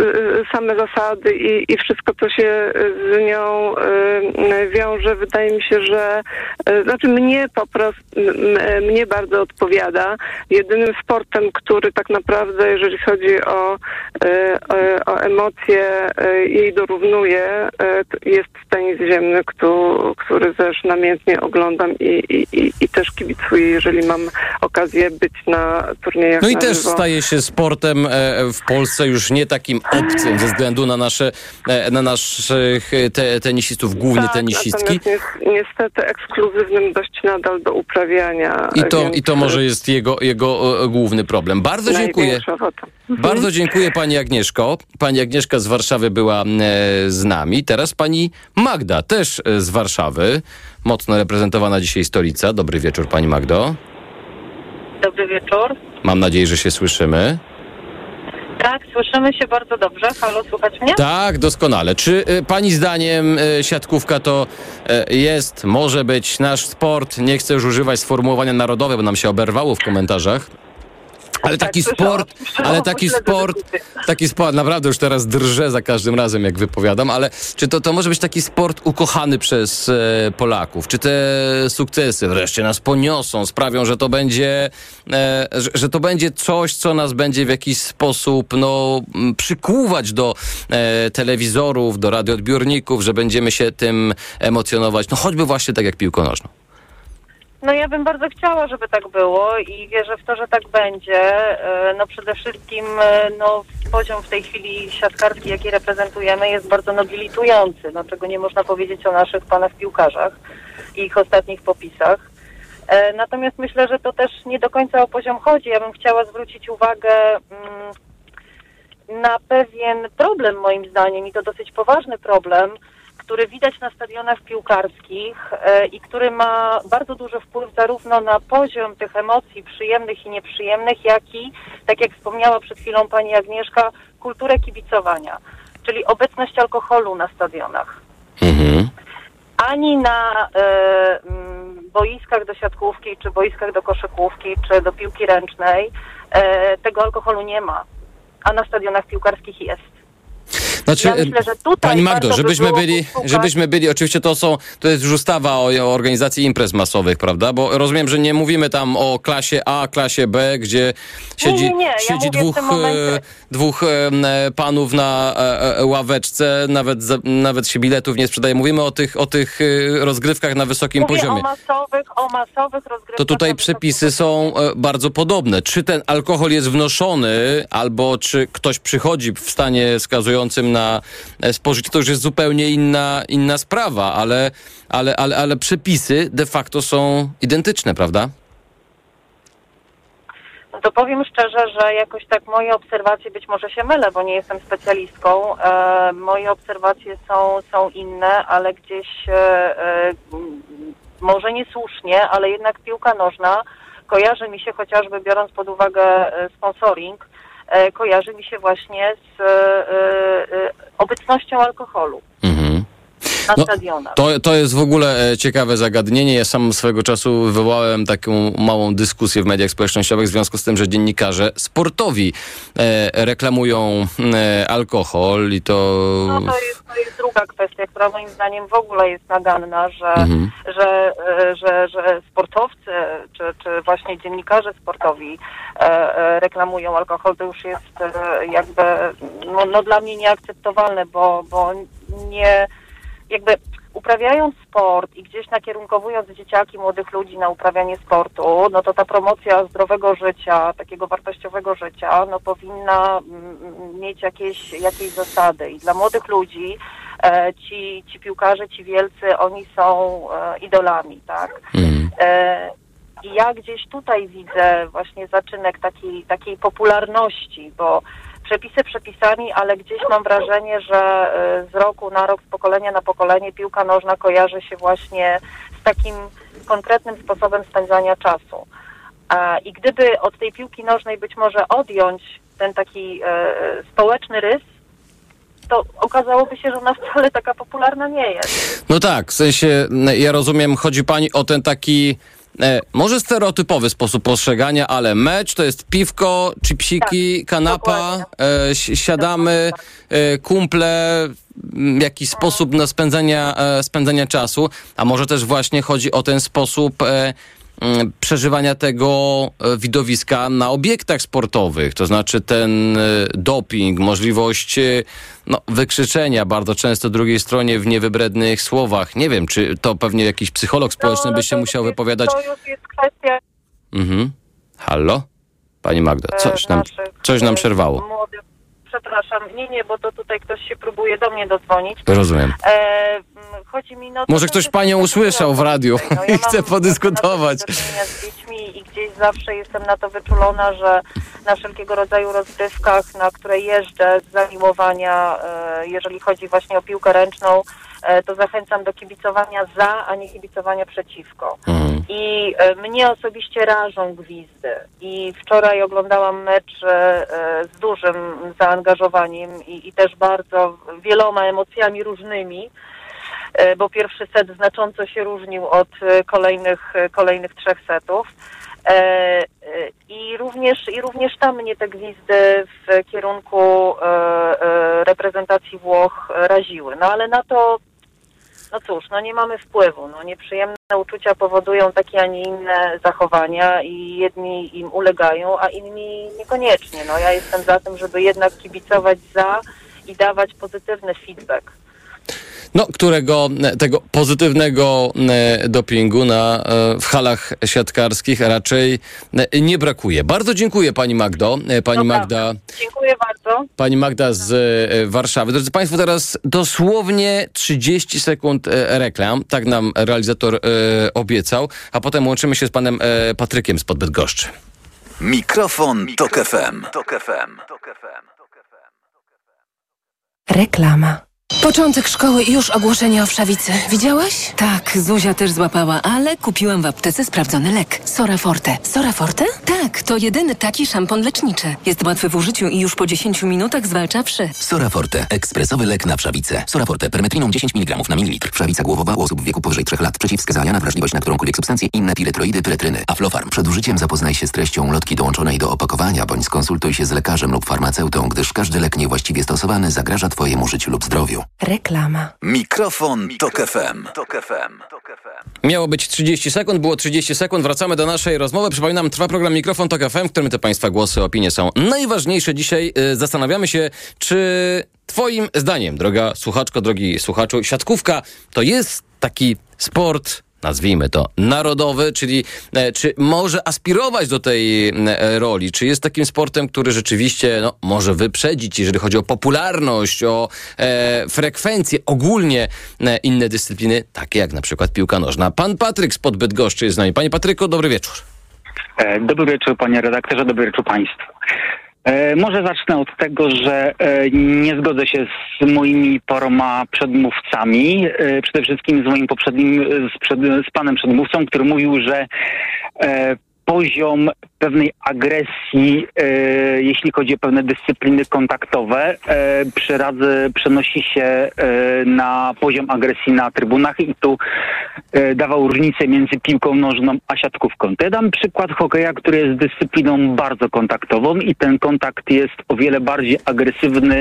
same zasady i, i wszystko, co się z nią wiąże, wydaje mi się, że znaczy mnie po prostu, mnie bardzo odpowiada. Jedynym sportem, który tak naprawdę, jeżeli chodzi o, o, o emocje, jej dorównuje, jest tenis ziemny, który, który też namiętnie oglądam i, i, i też kibicuję, jeżeli mam okazję być na turniejach. No i na też żywo. staje się sportem w Polsce już nie takim obcym ze względu na nasze, na naszych te, tenisistów, głównie tak, tenisistki. Jest niestety ekskluzywnym dość nadal do uprawiania. I to, więc... i to może jest jego, jego e, główny problem. Bardzo dziękuję. Mhm. Bardzo dziękuję pani Agnieszko. Pani Agnieszka z Warszawy była e, z nami. Teraz pani Magda, też e, z Warszawy. Mocno reprezentowana dzisiaj stolica. Dobry wieczór, pani Magdo. Dobry wieczór. Mam nadzieję, że się słyszymy. Tak, słyszymy się bardzo dobrze. Halo, słychać mnie? Tak, doskonale. Czy y, pani zdaniem y, siatkówka to y, jest, może być nasz sport? Nie chcę już używać sformułowania narodowe, bo nam się oberwało w komentarzach. Ale taki tak, sport, ale taki sport, taki sport, naprawdę już teraz drżę za każdym razem, jak wypowiadam, ale czy to, to może być taki sport ukochany przez e, Polaków? Czy te sukcesy wreszcie nas poniosą, sprawią, że to będzie, e, że, że to będzie coś, co nas będzie w jakiś sposób, no, przykuwać do e, telewizorów, do radioodbiorników, że będziemy się tym emocjonować, no choćby właśnie tak jak piłką nożną? No ja bym bardzo chciała, żeby tak było i wierzę w to, że tak będzie. No przede wszystkim no, poziom w tej chwili siatkarski, jaki reprezentujemy, jest bardzo nobilitujący, no, czego nie można powiedzieć o naszych panach piłkarzach i ich ostatnich popisach. Natomiast myślę, że to też nie do końca o poziom chodzi. Ja bym chciała zwrócić uwagę mm, na pewien problem moim zdaniem i to dosyć poważny problem, który widać na stadionach piłkarskich e, i który ma bardzo duży wpływ zarówno na poziom tych emocji przyjemnych i nieprzyjemnych, jak i, tak jak wspomniała przed chwilą pani Agnieszka, kulturę kibicowania, czyli obecność alkoholu na stadionach. Mhm. Ani na e, m, boiskach do siatkówki, czy boiskach do koszykówki, czy do piłki ręcznej e, tego alkoholu nie ma, a na stadionach piłkarskich jest. Znaczy, ja myślę, że tutaj pani Magdo, żebyśmy by byli, poszukać... żebyśmy byli, oczywiście to są, to jest już ustawa o, o organizacji imprez masowych, prawda? Bo rozumiem, że nie mówimy tam o klasie A, klasie B, gdzie siedzi, nie, nie, nie. Ja siedzi dwóch, momencie... e, dwóch e, panów na e, ławeczce, nawet, za, nawet się biletów nie sprzedaje. Mówimy o tych, o tych e, rozgrywkach na wysokim Mówię poziomie. O masowych, o masowych rozgrywkach. To tutaj przepisy są e, bardzo podobne. Czy ten alkohol jest wnoszony, albo czy ktoś przychodzi w stanie wskazującym na spożycie, to już jest zupełnie inna, inna sprawa, ale, ale, ale, ale przepisy de facto są identyczne, prawda? No to powiem szczerze, że jakoś tak moje obserwacje, być może się mylę, bo nie jestem specjalistką, e, moje obserwacje są, są inne, ale gdzieś e, e, może niesłusznie, ale jednak piłka nożna kojarzy mi się, chociażby biorąc pod uwagę e, sponsoring, e, kojarzy mi się właśnie z e, e, obecnością alkoholu. Mhm. Na no, stadionach. To, to jest w ogóle e, ciekawe zagadnienie. Ja sam swego czasu wywołałem taką małą dyskusję w mediach społecznościowych w związku z tym, że dziennikarze sportowi e, reklamują e, alkohol i to... No to jest, to jest druga kwestia, która moim zdaniem w ogóle jest naganna, że, Mhm. że, e, że, że sportowcy czy, czy właśnie dziennikarze sportowi e, e, reklamują alkohol. To już jest e, jakby no, no dla mnie nieakceptowalne, bo, bo nie... jakby uprawiając sport i gdzieś nakierunkowując dzieciaki, młodych ludzi na uprawianie sportu, no to ta promocja zdrowego życia, takiego wartościowego życia, no powinna mm, mieć jakieś, jakieś zasady. I dla młodych ludzi e, ci, ci piłkarze, ci wielcy, oni są e, idolami, tak? Mhm. E, I ja gdzieś tutaj widzę właśnie zaczynek takiej, takiej popularności, bo przepisy przepisami, ale gdzieś mam wrażenie, że z roku na rok, z pokolenia na pokolenie piłka nożna kojarzy się właśnie z takim konkretnym sposobem spędzania czasu. I gdyby od tej piłki nożnej być może odjąć ten taki społeczny rys, to okazałoby się, że ona wcale taka popularna nie jest. No tak, w sensie, ja rozumiem, chodzi pani o ten taki e, może stereotypowy sposób postrzegania, ale mecz to jest piwko, chipsiki, tak, kanapa, e, siadamy, e, kumple, w jakiś sposób na spędzania, e, spędzania czasu, a może też właśnie chodzi o ten sposób e, przeżywania tego widowiska na obiektach sportowych, to znaczy ten doping, możliwość no, wykrzyczenia bardzo często drugiej stronie w niewybrednych słowach. Nie wiem, czy to pewnie jakiś psycholog społeczny by się musiał wypowiadać. To już jest kwestia... Mhm. Halo? Pani Magda, coś nam, coś nam przerwało. Młody, przepraszam, nie, nie, bo to tutaj ktoś się próbuje do mnie dodzwonić. Rozumiem. E, chodzi mi no, Może ktoś panią usłyszał w radiu no, ja i chce podyskutować. Z dziećmi i gdzieś zawsze jestem na to wyczulona, że na wszelkiego rodzaju rozgrywkach, na które jeżdżę z zamiłowania, e, jeżeli chodzi właśnie o piłkę ręczną, e, to zachęcam do kibicowania za, a nie kibicowania przeciwko. Mhm. I e, mnie osobiście rażą gwizdy. I wczoraj oglądałam mecz e, z dużym zaangażowaniem i, i też bardzo wieloma emocjami różnymi, bo pierwszy set znacząco się różnił od kolejnych, kolejnych trzech setów. I również, i również tam mnie te gwizdy w kierunku reprezentacji Włoch raziły. No ale na to, no cóż, no nie mamy wpływu. No nieprzyjemne uczucia powodują takie, a nie inne zachowania i jedni im ulegają, a inni niekoniecznie. No ja jestem za tym, żeby jednak kibicować za i dawać pozytywny feedback. No, którego tego pozytywnego dopingu na, w halach siatkarskich raczej nie brakuje. Bardzo dziękuję pani Magdo. Pani Dobra. Magda. Dziękuję bardzo. Pani Magda z Warszawy. Drodzy państwo, teraz dosłownie trzydzieści sekund reklam. Tak nam realizator e, obiecał, a potem łączymy się z panem e, Patrykiem spod Bydgoszczy. Mikrofon, Mikrofon Tok F M. Tok F M. Reklama. Początek szkoły i już ogłoszenie o wszawicy. Widziałaś? Tak, Zuzia też złapała, ale kupiłam w aptece sprawdzony lek. Sora Forte. Sora Forte? Tak, to jedyny taki szampon leczniczy. Jest łatwy w użyciu i już po dziesięciu minutach zwalcza wszy. Sora Forte. Ekspresowy lek na wszawicę. Sora Forte. Permetriną dziesięć miligramów na mililitr. Wszawica głowowa u osób w wieku powyżej trzech lat. Przeciwwskazania na wrażliwość na którąkolwiek substancję. Inne piretroidy, pyretryny. Aflofarm. Przed użyciem zapoznaj się z treścią ulotki dołączonej do opakowania, bądź skonsultuj się z lekarzem lub farmaceutą, gdyż każdy lek niewłaściwie stosowany zagraża twojemu życiu lub zdrowiu. Reklama. Mikrofon, Mikrofon Tok F M. Tok F M. Miało być trzydzieści sekund, było trzydzieści sekund. Wracamy do naszej rozmowy. Przypominam, trwa program Mikrofon Tok F M, w którym te państwa głosy, opinie są najważniejsze. Dzisiaj y, zastanawiamy się, czy twoim zdaniem, droga słuchaczko, drogi słuchaczu, siatkówka to jest taki sport, nazwijmy to, narodowy, czyli e, czy może aspirować do tej e, roli, czy jest takim sportem, który rzeczywiście no, może wyprzedzić, jeżeli chodzi o popularność, o e, frekwencję, ogólnie e, inne dyscypliny, takie jak na przykład piłka nożna. Pan Patryk spod Bydgoszczy jest z nami. Panie Patryku, dobry wieczór. E, dobry wieczór, panie redaktorze, dobry wieczór państwu. E, może zacznę od tego, że e, nie zgodzę się z moimi paroma przedmówcami, e, przede wszystkim z moim poprzednim, z, przed, z panem przedmówcą, który mówił, że e, poziom pewnej agresji, e, jeśli chodzi o pewne dyscypliny kontaktowe, e, przy razy przenosi się e, na poziom agresji na trybunach i tu e, dawał różnicę między piłką nożną a siatkówką. To ja dam przykład hokeja, który jest dyscypliną bardzo kontaktową i ten kontakt jest o wiele bardziej agresywny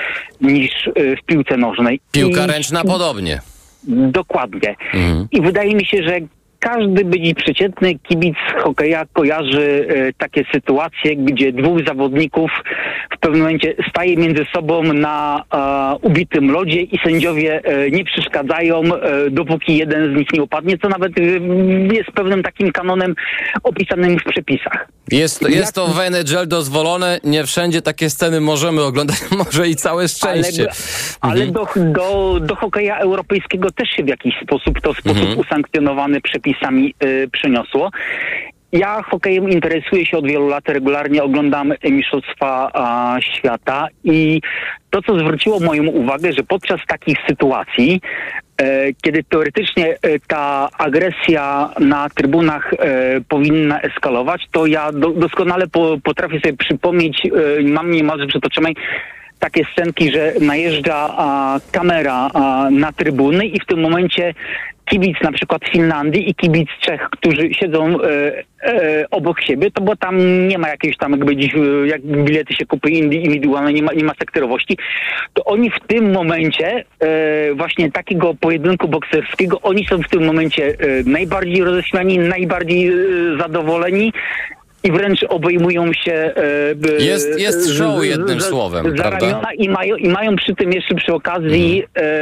niż e, w piłce nożnej. Piłka I, ręczna podobnie. Dokładnie. Mhm. I wydaje mi się, że każdy byli przeciętny kibic hokeja kojarzy e, takie sytuacje, gdzie dwóch zawodników w pewnym momencie staje między sobą na e, ubitym lodzie i sędziowie e, nie przeszkadzają, e, dopóki jeden z nich nie upadnie, co nawet e, jest pewnym takim kanonem opisanym w przepisach. Jest, Jak... jest to w N H L dozwolone, nie wszędzie takie sceny możemy oglądać, może i całe szczęście. Ale, ale mhm. do, do, do hokeja europejskiego też się w jakiś sposób to sposób mhm. usankcjonowany przepisami y, przyniosło. Ja hokejem interesuję się od wielu lat, regularnie oglądam Mistrzostwa a, Świata i to, co zwróciło moją uwagę, że podczas takich sytuacji, e, kiedy teoretycznie e, ta agresja na trybunach e, powinna eskalować, to ja do, doskonale po, potrafię sobie przypomnieć, e, mam niemalże przed oczami takie scenki, że najeżdża a, kamera a, na trybuny i w tym momencie kibic na przykład Finlandii i kibic Czech, którzy siedzą e, e, obok siebie, to bo tam nie ma jakiejś tam jakby dziś, jak bilety się kupuje indywidualne, nie ma, nie ma sektorowości, to oni w tym momencie e, właśnie takiego pojedynku bokserskiego, oni są w tym momencie e, najbardziej roześmiani, najbardziej e, zadowoleni i wręcz obejmują się e, jest, jest show jednym z, słowem, z prawda? I mają, I mają przy tym jeszcze przy okazji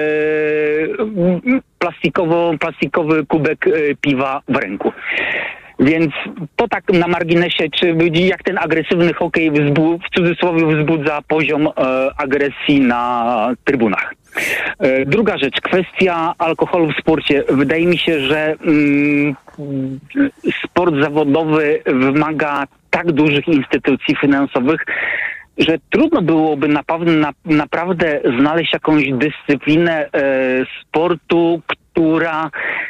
hmm. e, plastikowo, plastikowy kubek e, piwa w ręku. Więc to tak na marginesie, czy jak ten agresywny hokej wzbu- w cudzysłowie wzbudza poziom e, agresji na trybunach. E, druga rzecz, kwestia alkoholu w sporcie. Wydaje mi się, że mm, sport zawodowy wymaga tak dużych instytucji finansowych, że trudno byłoby naprawdę, na, naprawdę znaleźć jakąś dyscyplinę e, sportu, która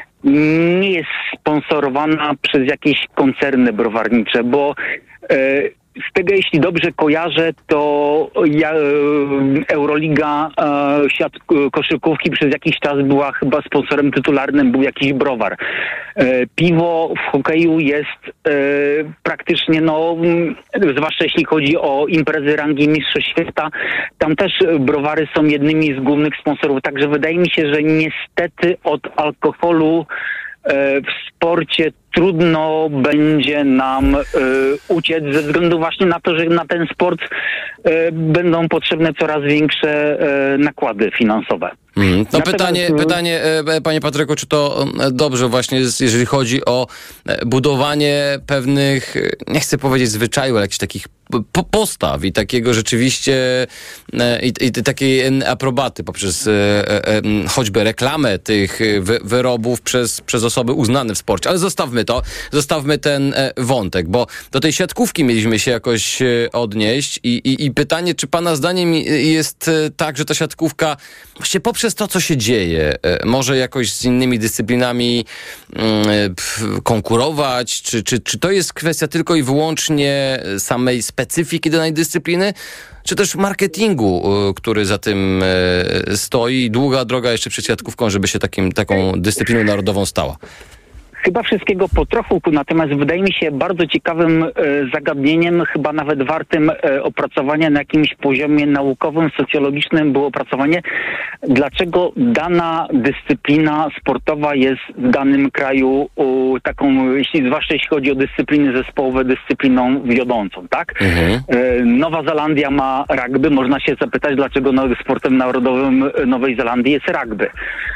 nie jest sponsorowana przez jakieś koncerny browarnicze, bo e, z tego, jeśli dobrze kojarzę, to ja, e, Euroliga e, świat koszykówki przez jakiś czas była chyba sponsorem tytularnym, był jakiś browar. E, piwo w hokeju jest e, praktycznie, no, zwłaszcza jeśli chodzi o imprezy rangi Mistrzostw Świata, tam też browary są jednymi z głównych sponsorów, także wydaje mi się, że niestety od alkoholu w sporcie trudno będzie nam y, uciec ze względu właśnie na to, że na ten sport y, będą potrzebne coraz większe y, nakłady finansowe. Hmm. No Natomiast... pytanie, pytanie, panie Patryku, czy to dobrze właśnie jest, jeżeli chodzi o budowanie pewnych, nie chcę powiedzieć zwyczajów, ale jakichś takich postaw i takiego rzeczywiście i, i takiej aprobaty poprzez e, e, choćby reklamę tych wy, wyrobów przez, przez osoby uznane w sporcie. Ale zostawmy to, zostawmy ten e, wątek, bo do tej siatkówki mieliśmy się jakoś e, odnieść i, i, i pytanie, czy pana zdaniem jest e, tak, że ta siatkówka właśnie poprzez to, co się dzieje, e, może jakoś z innymi dyscyplinami e, konkurować, czy, czy, czy to jest kwestia tylko i wyłącznie samej specyfiki danej dyscypliny, czy też marketingu, który za tym stoi. Długa droga jeszcze przed siatkówką, żeby się takim, taką dyscypliną narodową stała. Chyba wszystkiego po trochu, natomiast wydaje mi się bardzo ciekawym e, zagadnieniem, chyba nawet wartym e, opracowania na jakimś poziomie naukowym, socjologicznym było opracowanie, dlaczego dana dyscyplina sportowa jest w danym kraju o, taką, jeśli, zwłaszcza jeśli chodzi o dyscypliny zespołowe, dyscypliną wiodącą, tak? Mhm. E, Nowa Zelandia ma rugby, można się zapytać, dlaczego no, sportem narodowym Nowej Zelandii jest rugby.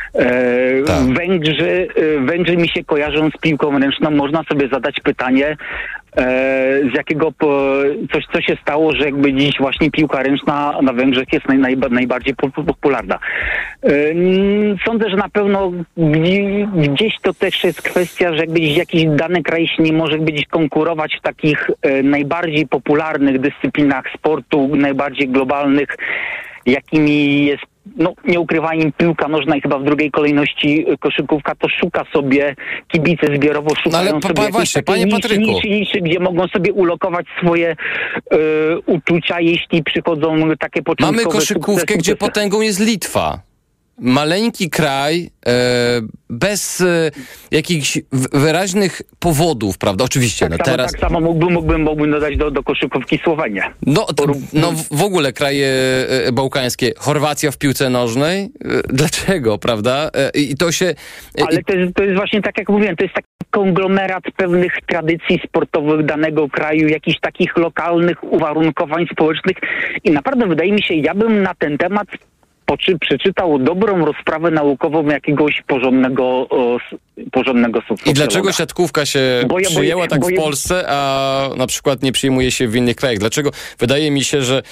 E, tak. Węgrzy, Węgrzy mi się kojarzą z piłką ręczną, można sobie zadać pytanie, e, z jakiego po, coś, co się stało, że jakby dziś właśnie piłka ręczna na Węgrzech jest naj, naj, najbardziej popularna. E, sądzę, że na pewno gdzieś to też jest kwestia, że jakby jakiś dany kraj się nie może gdzieś konkurować w takich e, najbardziej popularnych dyscyplinach sportu, najbardziej globalnych, jakimi jest, no nie ukrywajmy, piłka nożna i chyba w drugiej kolejności koszykówka, to szuka sobie kibice zbiorowo, szukają no ale sobie pa, właśnie, panie Patryku, niszy, niszy, gdzie mogą sobie ulokować swoje y, uczucia, jeśli przychodzą takie początkowe mamy koszykówkę, sukcesy, gdzie potęgą jest Litwa. Maleńki kraj, e, bez e, jakichś wyraźnych powodów, prawda? Oczywiście, tak no samo, teraz... Tak samo mógłbym, mógłbym, mógłbym dodać do, do koszykówki Słowenię. No, to, no w ogóle kraje bałkańskie, Chorwacja w piłce nożnej, dlaczego, prawda? I to się... Ale to jest, to jest właśnie tak, jak mówiłem, to jest taki konglomerat pewnych tradycji sportowych danego kraju, jakichś takich lokalnych uwarunkowań społecznych i naprawdę wydaje mi się, ja bym na ten temat Poczy, przeczytał dobrą rozprawę naukową jakiegoś porządnego, o, porządnego socjologa. I dlaczego siatkówka się bo ja, przyjęła bo, tak bo w Polsce, a na przykład nie przyjmuje się w innych krajach? Dlaczego? Wydaje mi się, że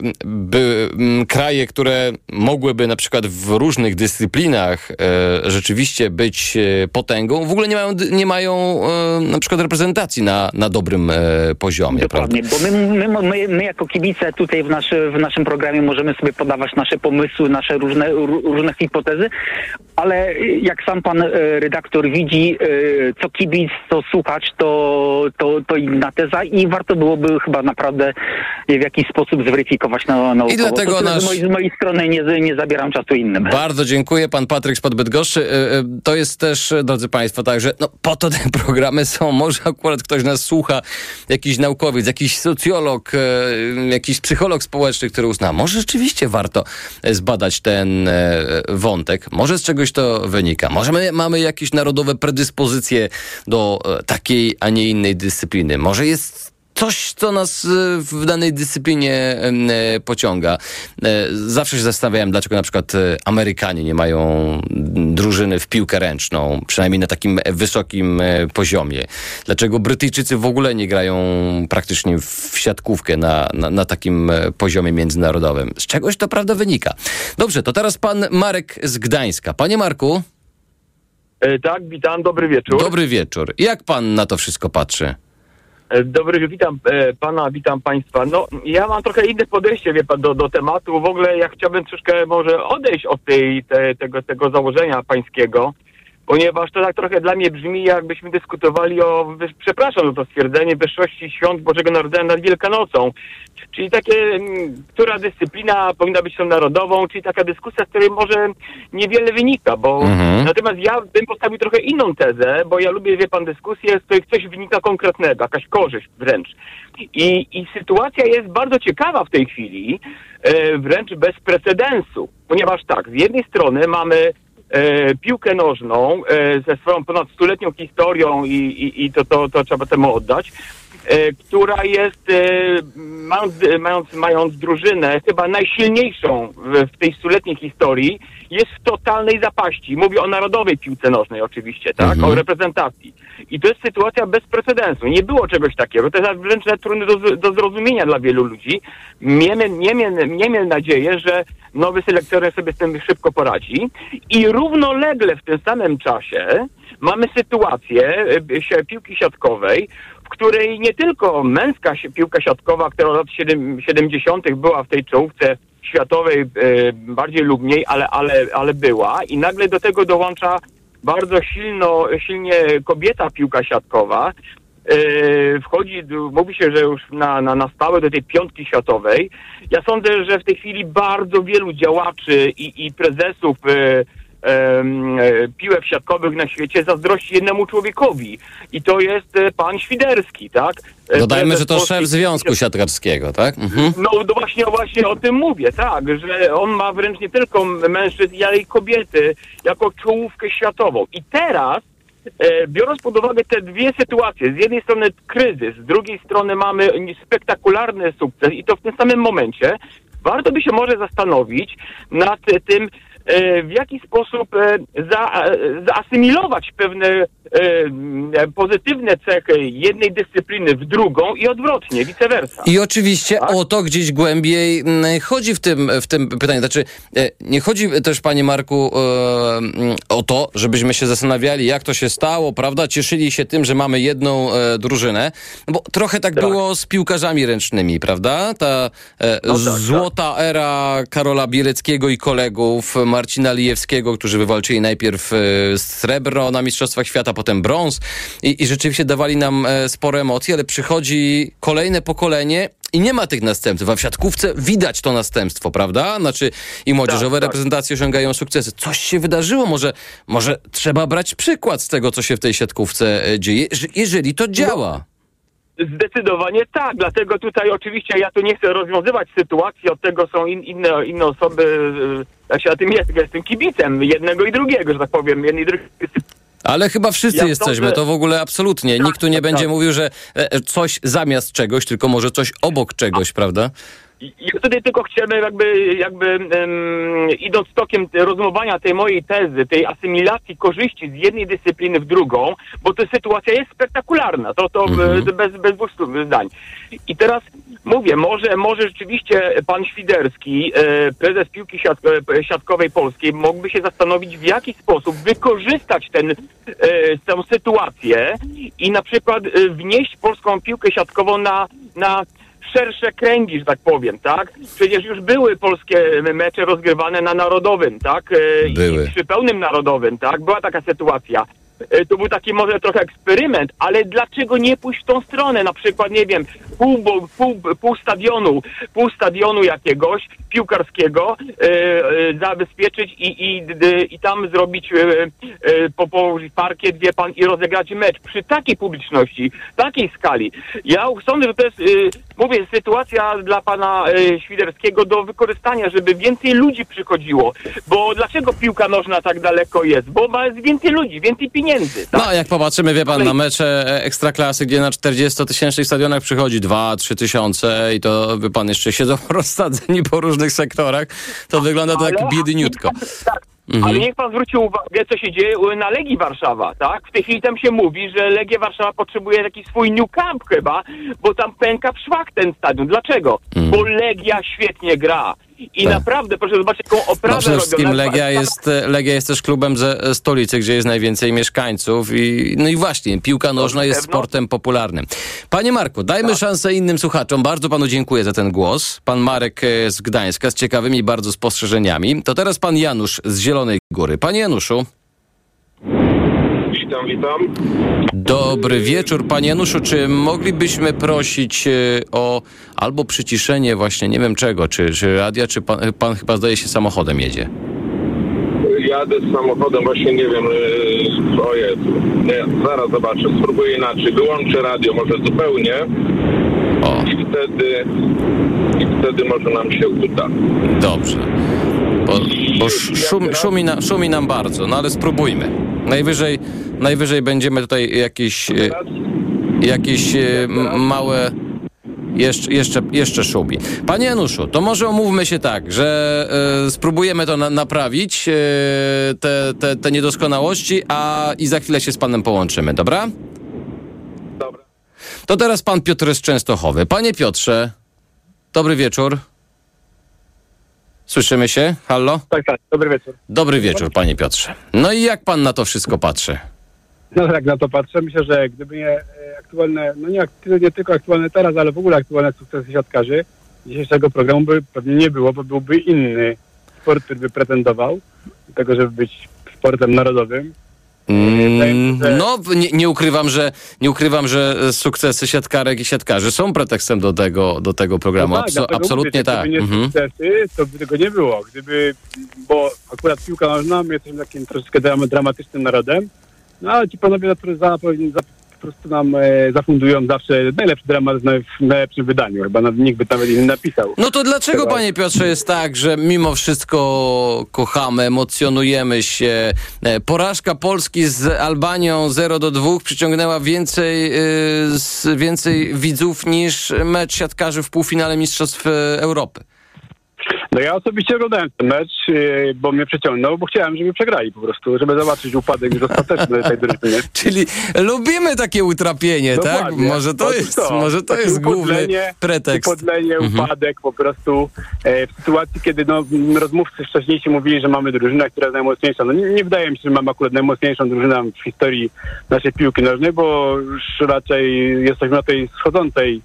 by, m, kraje, które mogłyby na przykład w różnych dyscyplinach e, rzeczywiście być e, potęgą, w ogóle nie mają, nie mają e, na przykład reprezentacji na, na dobrym e, poziomie. Dokładnie, prawda? bo my, my, my, my jako kibice tutaj w, naszy, w naszym programie możemy sobie podawać nasze pomysły, nasze różne, różne hipotezy, ale jak sam pan redaktor który widzi, y, co kibic, co słuchacz, to, to, to inna teza i warto byłoby chyba naprawdę w jakiś sposób zweryfikować na naukowo. I dlatego to nasz... z, mojej, z mojej strony nie, nie zabieram czasu innym. Bardzo dziękuję, pan Patryk spod Bydgoszczy. To jest też, drodzy państwo, tak, że no, po to te programy są. Może akurat ktoś nas słucha, jakiś naukowiec, jakiś socjolog, jakiś psycholog społeczny, który uzna, może rzeczywiście warto zbadać ten wątek. Może z czegoś to wynika. Może my mamy jakieś narodowe predyspozycje do takiej, a nie innej dyscypliny. Może jest coś, co nas w danej dyscyplinie pociąga. Zawsze się zastanawiałem, dlaczego na przykład Amerykanie nie mają drużyny w piłkę ręczną, przynajmniej na takim wysokim poziomie. Dlaczego Brytyjczycy w ogóle nie grają praktycznie w siatkówkę na, na, na takim poziomie międzynarodowym. Z czegoś to prawda wynika. Dobrze, to teraz pan Marek z Gdańska. Panie Marku? E, tak, witam, dobry wieczór. Dobry wieczór. Jak pan na to wszystko patrzy? Dobry, witam e, pana, witam państwa. No, ja mam trochę inne podejście, wie pan, do, do tematu. W ogóle ja chciałbym troszkę może odejść od tej, te, tego, tego założenia pańskiego, ponieważ to tak trochę dla mnie brzmi, jakbyśmy dyskutowali o, przepraszam za to stwierdzenie, wyższości świąt Bożego Narodzenia nad Wielkanocą. Czyli takie, która dyscyplina powinna być tą narodową, czyli taka dyskusja, z której może niewiele wynika, bo mhm. natomiast ja bym postawił trochę inną tezę, bo ja lubię, wie pan, dyskusję, z której coś wynika konkretnego, jakaś korzyść wręcz. I, i sytuacja jest bardzo ciekawa w tej chwili, e, wręcz bez precedensu, ponieważ tak, z jednej strony mamy e, piłkę nożną e, ze swoją ponad stuletnią historią i, i, i to, to, to trzeba temu oddać, E, która jest, e, mając, mając, mając drużynę chyba najsilniejszą w, w tej stuletniej historii, jest w totalnej zapaści. Mówię o narodowej piłce nożnej oczywiście, tak? Mhm. O reprezentacji. I to jest sytuacja bez precedensu. Nie było czegoś takiego. To jest wręcz trudne do, do zrozumienia dla wielu ludzi. Miejmy, miejmy, miejmy nadzieję, że nowy selekcjoner sobie z tym szybko poradzi. I równolegle w tym samym czasie mamy sytuację e, piłki siatkowej, w której nie tylko męska piłka siatkowa, która od lat siedemdziesiątych była w tej czołówce światowej e, bardziej lub mniej, ale, ale, ale była i nagle do tego dołącza bardzo silno, silnie kobieta piłka siatkowa. E, wchodzi, mówi się, że już na, na, na stałe do tej piątki światowej. Ja sądzę, że w tej chwili bardzo wielu działaczy i, i prezesów e, piłek siatkowych na świecie zazdrości jednemu człowiekowi. I to jest pan Świderski, tak? Dodajmy, że to szef Związku Siatkarskiego, tak? Mhm. No to właśnie, właśnie o tym mówię, tak, że on ma wręcz nie tylko mężczyzn, ale i kobiety jako czołówkę światową. I teraz, e, biorąc pod uwagę te dwie sytuacje, z jednej strony kryzys, z drugiej strony mamy spektakularny sukces i to w tym samym momencie, warto by się może zastanowić nad tym, w jaki sposób za, zaasymilować pewne e, pozytywne cechy jednej dyscypliny w drugą i odwrotnie, vice versa. I oczywiście tak? o to gdzieś głębiej chodzi w tym, w tym pytaniu. Znaczy, nie chodzi też, panie Marku, o to, żebyśmy się zastanawiali, jak to się stało, prawda? Cieszyli się tym, że mamy jedną drużynę, bo trochę tak, tak. było z piłkarzami ręcznymi, prawda? Ta no tak, złota tak. era Karola Bieleckiego i kolegów, Marcina Lijewskiego, którzy wywalczyli najpierw srebro na Mistrzostwach Świata, potem brąz i, i rzeczywiście dawali nam spore emocje, ale przychodzi kolejne pokolenie i nie ma tych następców, a w siatkówce widać to następstwo, prawda? Znaczy i młodzieżowe tak, reprezentacje tak. osiągają sukcesy. Coś się wydarzyło, może, może trzeba brać przykład z tego, co się w tej siatkówce dzieje, jeżeli to działa. No. Zdecydowanie tak, dlatego tutaj oczywiście ja tu nie chcę rozwiązywać sytuacji, od tego są in, inne, inne osoby, ja się na tym jest, ja jestem kibicem jednego i drugiego, że tak powiem, jednej i drugiej. Ale chyba wszyscy ja jesteśmy, to w ogóle absolutnie. Tak, Nikt tu nie tak, będzie tak. mówił, że coś zamiast czegoś, tylko może coś obok czegoś, A. prawda? Ja wtedy tylko chcemy jakby, jakby um, idąc tokiem rozumowania tej mojej tezy, tej asymilacji korzyści z jednej dyscypliny w drugą, bo ta sytuacja jest spektakularna, to, to mhm. bez, bez dwóch zdań. I teraz mówię, może, może rzeczywiście pan Świderski, e, prezes piłki siatko- siatkowej polskiej, mógłby się zastanowić, w jaki sposób wykorzystać ten, e, tę sytuację i na przykład e, wnieść polską piłkę siatkową na, na szersze kręgi, że tak powiem, tak? Przecież już były polskie mecze rozgrywane na narodowym, tak? Były. I przy pełnym narodowym, tak? Była taka sytuacja. e, to był taki może trochę eksperyment, ale dlaczego nie pójść w tą stronę? Na przykład, nie wiem, pół, bo, pół, pół stadionu, pół stadionu jakiegoś piłkarskiego e, e, zabezpieczyć i, i, d, i tam zrobić, e, e, po, położyć parkiet, wie pan, i rozegrać mecz. Przy takiej publiczności, takiej skali. Ja sądzę, że to jest, e, mówię, sytuacja dla pana e, Świderskiego do wykorzystania, żeby więcej ludzi przychodziło. Bo dlaczego piłka nożna tak daleko jest? Bo ma jest więcej ludzi, więcej pieniędzy. Tak? No, jak popatrzymy, wie pan, na mecze Ekstraklasy, gdzie na czterdziestotysięcznych stadionach przychodzi dwa trzy tysiące i to, wie pan, jeszcze siedzą rozsadzeni po różnych sektorach, to wygląda to jak biedniutko. Tak. Mhm. Ale niech pan zwróci uwagę, co się dzieje na Legii Warszawa, tak? W tej chwili tam się mówi, że Legia Warszawa potrzebuje taki swój new camp chyba, bo tam pęka w szwach ten stadion. Dlaczego? Mhm. Bo Legia świetnie gra. I tak. naprawdę, proszę zobaczyć, jaką oprawę no przede wszystkim robią. Legia jest, Legia jest też klubem ze stolicy, gdzie jest najwięcej mieszkańców i no i właśnie, piłka nożna jest sportem popularnym. Panie Marku, dajmy tak. szansę innym słuchaczom. Bardzo panu dziękuję za ten głos. Pan Marek z Gdańska z ciekawymi bardzo spostrzeżeniami. To teraz pan Janusz z Zielonej Góry. Panie Januszu. Witam, witam. Dobry wieczór, panie Januszu. Czy moglibyśmy prosić o albo przyciszenie właśnie, nie wiem czego, czy, czy radia, czy pan, pan chyba zdaje się samochodem jedzie? Jadę z samochodem, właśnie nie wiem, yy, o Jezu. Nie, zaraz zobaczę, spróbuję inaczej. Wyłączę radio, może zupełnie. O. I wtedy, i wtedy może nam się uda. Dobrze. Bo, bo szum, szumi, na, szumi nam bardzo, no ale spróbujmy. Najwyżej, najwyżej będziemy tutaj jakieś, jakieś małe... Jeszcze, jeszcze, jeszcze szumi. Panie Januszu, to może omówmy się tak, że e, spróbujemy to na, naprawić, e, te, te, te niedoskonałości, a i za chwilę się z panem połączymy, dobra? Dobra. To teraz pan Piotr z Częstochowy. Panie Piotrze, dobry wieczór. Słyszymy się? Halo? Tak, tak, dobry wieczór. Dobry wieczór, panie Piotrze. No i jak pan na to wszystko patrzy? No tak, na to patrzę. Myślę, że gdyby nie aktualne, no nie, nie tylko aktualne teraz, ale w ogóle aktualne sukcesy siatkarzy, dzisiejszego programu by pewnie nie było, bo byłby inny sport, który by pretendował do tego, żeby być sportem narodowym. Mm, no, nie, nie ukrywam, że nie ukrywam, że sukcesy siatkarek i siatkarzy są pretekstem do tego, do tego programu. No tak, Abso- absolutnie mówię, tak. Gdyby nie mhm. sukcesy, to by tego nie było. Gdyby, bo akurat piłka nożna, my jesteśmy takim troszeczkę dramatycznym narodem, no ale ci panowie, którzy za, za, po prostu nam e, zafundują zawsze najlepszy dramat w najlepszym wydaniu. Chyba nikt by nawet nie napisał. No to dlaczego, Chyba. panie Piotrze, jest tak, że mimo wszystko kochamy, emocjonujemy się? Porażka Polski z Albanią zero do dwóch przyciągnęła więcej, yy, z, więcej widzów niż mecz siatkarzy w półfinale Mistrzostw Europy. No ja osobiście oglądałem ten mecz, yy, bo mnie przeciągnął, bo chciałem, żeby przegrali po prostu, żeby zobaczyć upadek już ostateczny tej drużyny. Czyli lubimy takie utrapienie, no tak? Ładnie. Może to Otóż jest, to. może to jest główny pretekst. Podlenie, mhm. upadek po prostu e, w sytuacji, kiedy no, rozmówcy wcześniejsi mówili, że mamy drużynę, która jest najmocniejsza. No nie, nie wydaje mi się, że mamy akurat najmocniejszą drużynę w historii naszej piłki nożnej, bo już raczej jesteśmy na tej schodzącej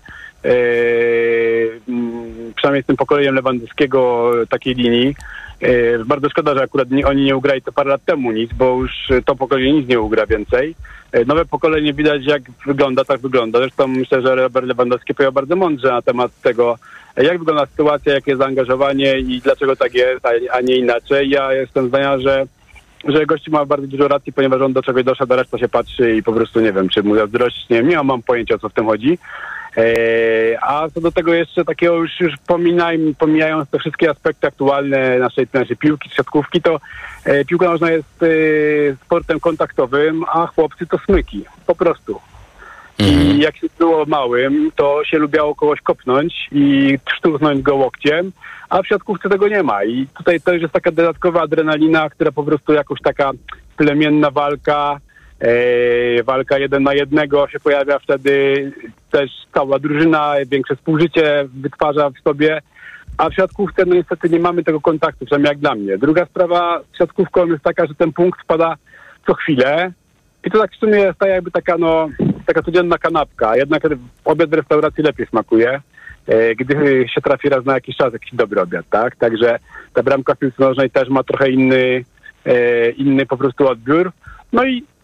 Yy, przynajmniej z tym pokoleniem Lewandowskiego takiej linii. Yy, bardzo szkoda, że akurat nie, oni nie ugrali to parę lat temu nic, bo już to pokolenie nic nie ugra więcej. Yy, nowe pokolenie widać jak wygląda, tak wygląda. Zresztą myślę, że Robert Lewandowski powiedział bardzo mądrze na temat tego, jak wygląda sytuacja, jakie jest zaangażowanie i dlaczego tak jest, a, a nie inaczej. Ja jestem zdania, że że gościu ma bardzo dużo racji, ponieważ on do czegoś doszedł, do reszta się patrzy i po prostu nie wiem, czy mu zazdrościć, nie, nie mam pojęcia, o co w tym chodzi. Eee, a co do tego jeszcze takiego już, już pominaj, pomijając te wszystkie aspekty aktualne naszej, naszej piłki, siatkówki, to e, piłka nożna jest e, sportem kontaktowym, a chłopcy to smyki, po prostu. Mm. I jak się było małym, to się lubiało kogoś kopnąć i szturchnąć go łokciem, a w siatkówce tego nie ma. I tutaj to już jest taka dodatkowa adrenalina, która po prostu jakoś taka plemienna walka, e, walka jeden na jednego się pojawia wtedy, też cała drużyna, większe współżycie wytwarza w sobie, a w siatkówce no niestety nie mamy tego kontaktu, przynajmniej jak dla mnie. Druga sprawa z siatkówką jest taka, że ten punkt spada co chwilę i to tak w sumie staje jakby taka no, taka codzienna kanapka, jednak obiad w restauracji lepiej smakuje, gdy się trafi raz na jakiś czas jakiś dobry obiad, tak? Także ta bramka w piłce nożnej też ma trochę inny, inny po prostu odbiór. No i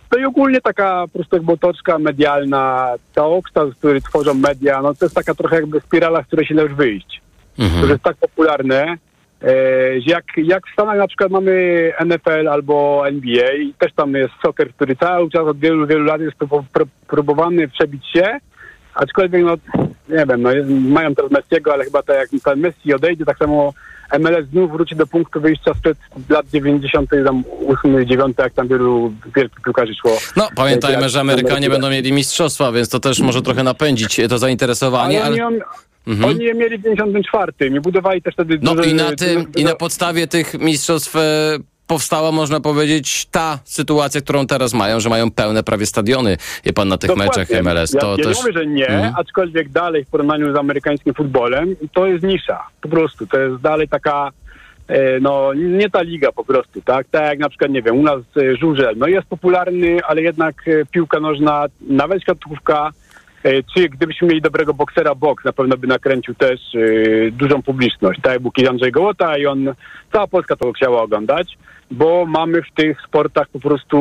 No i ogólnie taka po prostu jakby otoczka medialna, całokształt, który tworzą media, no to jest taka trochę jakby spirala, z której się nie da już wyjść. Mhm. To jest tak popularne, e, że jak, jak w Stanach na przykład mamy N F L albo N B A i też tam jest soccer, który cały czas od wielu, wielu lat jest prób- prób- próbowany przebić się, aczkolwiek no, nie wiem, no jest, mają teraz Messiego, ale chyba tak jak ten Messi odejdzie, tak samo M L S znów wróci do punktu wyjścia sprzed lat dziewięćdziesiątych, tam ósmych, dziewiątych, jak tam wielu wielkich piłkarzy szło. No, pamiętajmy, że Amerykanie będą mieli mistrzostwa, więc to też może trochę napędzić to zainteresowanie. Ale oni, ale... Mhm. oni je mieli w dziewięćdziesiątym czwartym i budowali też wtedy... No dużo, i na tym, dużo, i na podstawie tych mistrzostw e, powstała, można powiedzieć, ta sytuacja, którą teraz mają, że mają pełne prawie stadiony, je pan na tych Dokładnie. meczach M L S. To ja, ja też... nie mówię, że nie, Mhm. aczkolwiek dalej w porównaniu z amerykańskim futbolem to jest nisza, po prostu. To jest dalej taka, e, no nie ta liga po prostu, tak? Tak jak na przykład, nie wiem, u nas e, żużel, no jest popularny, ale jednak e, piłka nożna, nawet siatkówka, e, czy gdybyśmy mieli dobrego boksera, boks na pewno by nakręcił też e, dużą publiczność. Tak jak był kiedyś Andrzej Gołota i on, cała Polska to chciała oglądać, bo mamy w tych sportach po prostu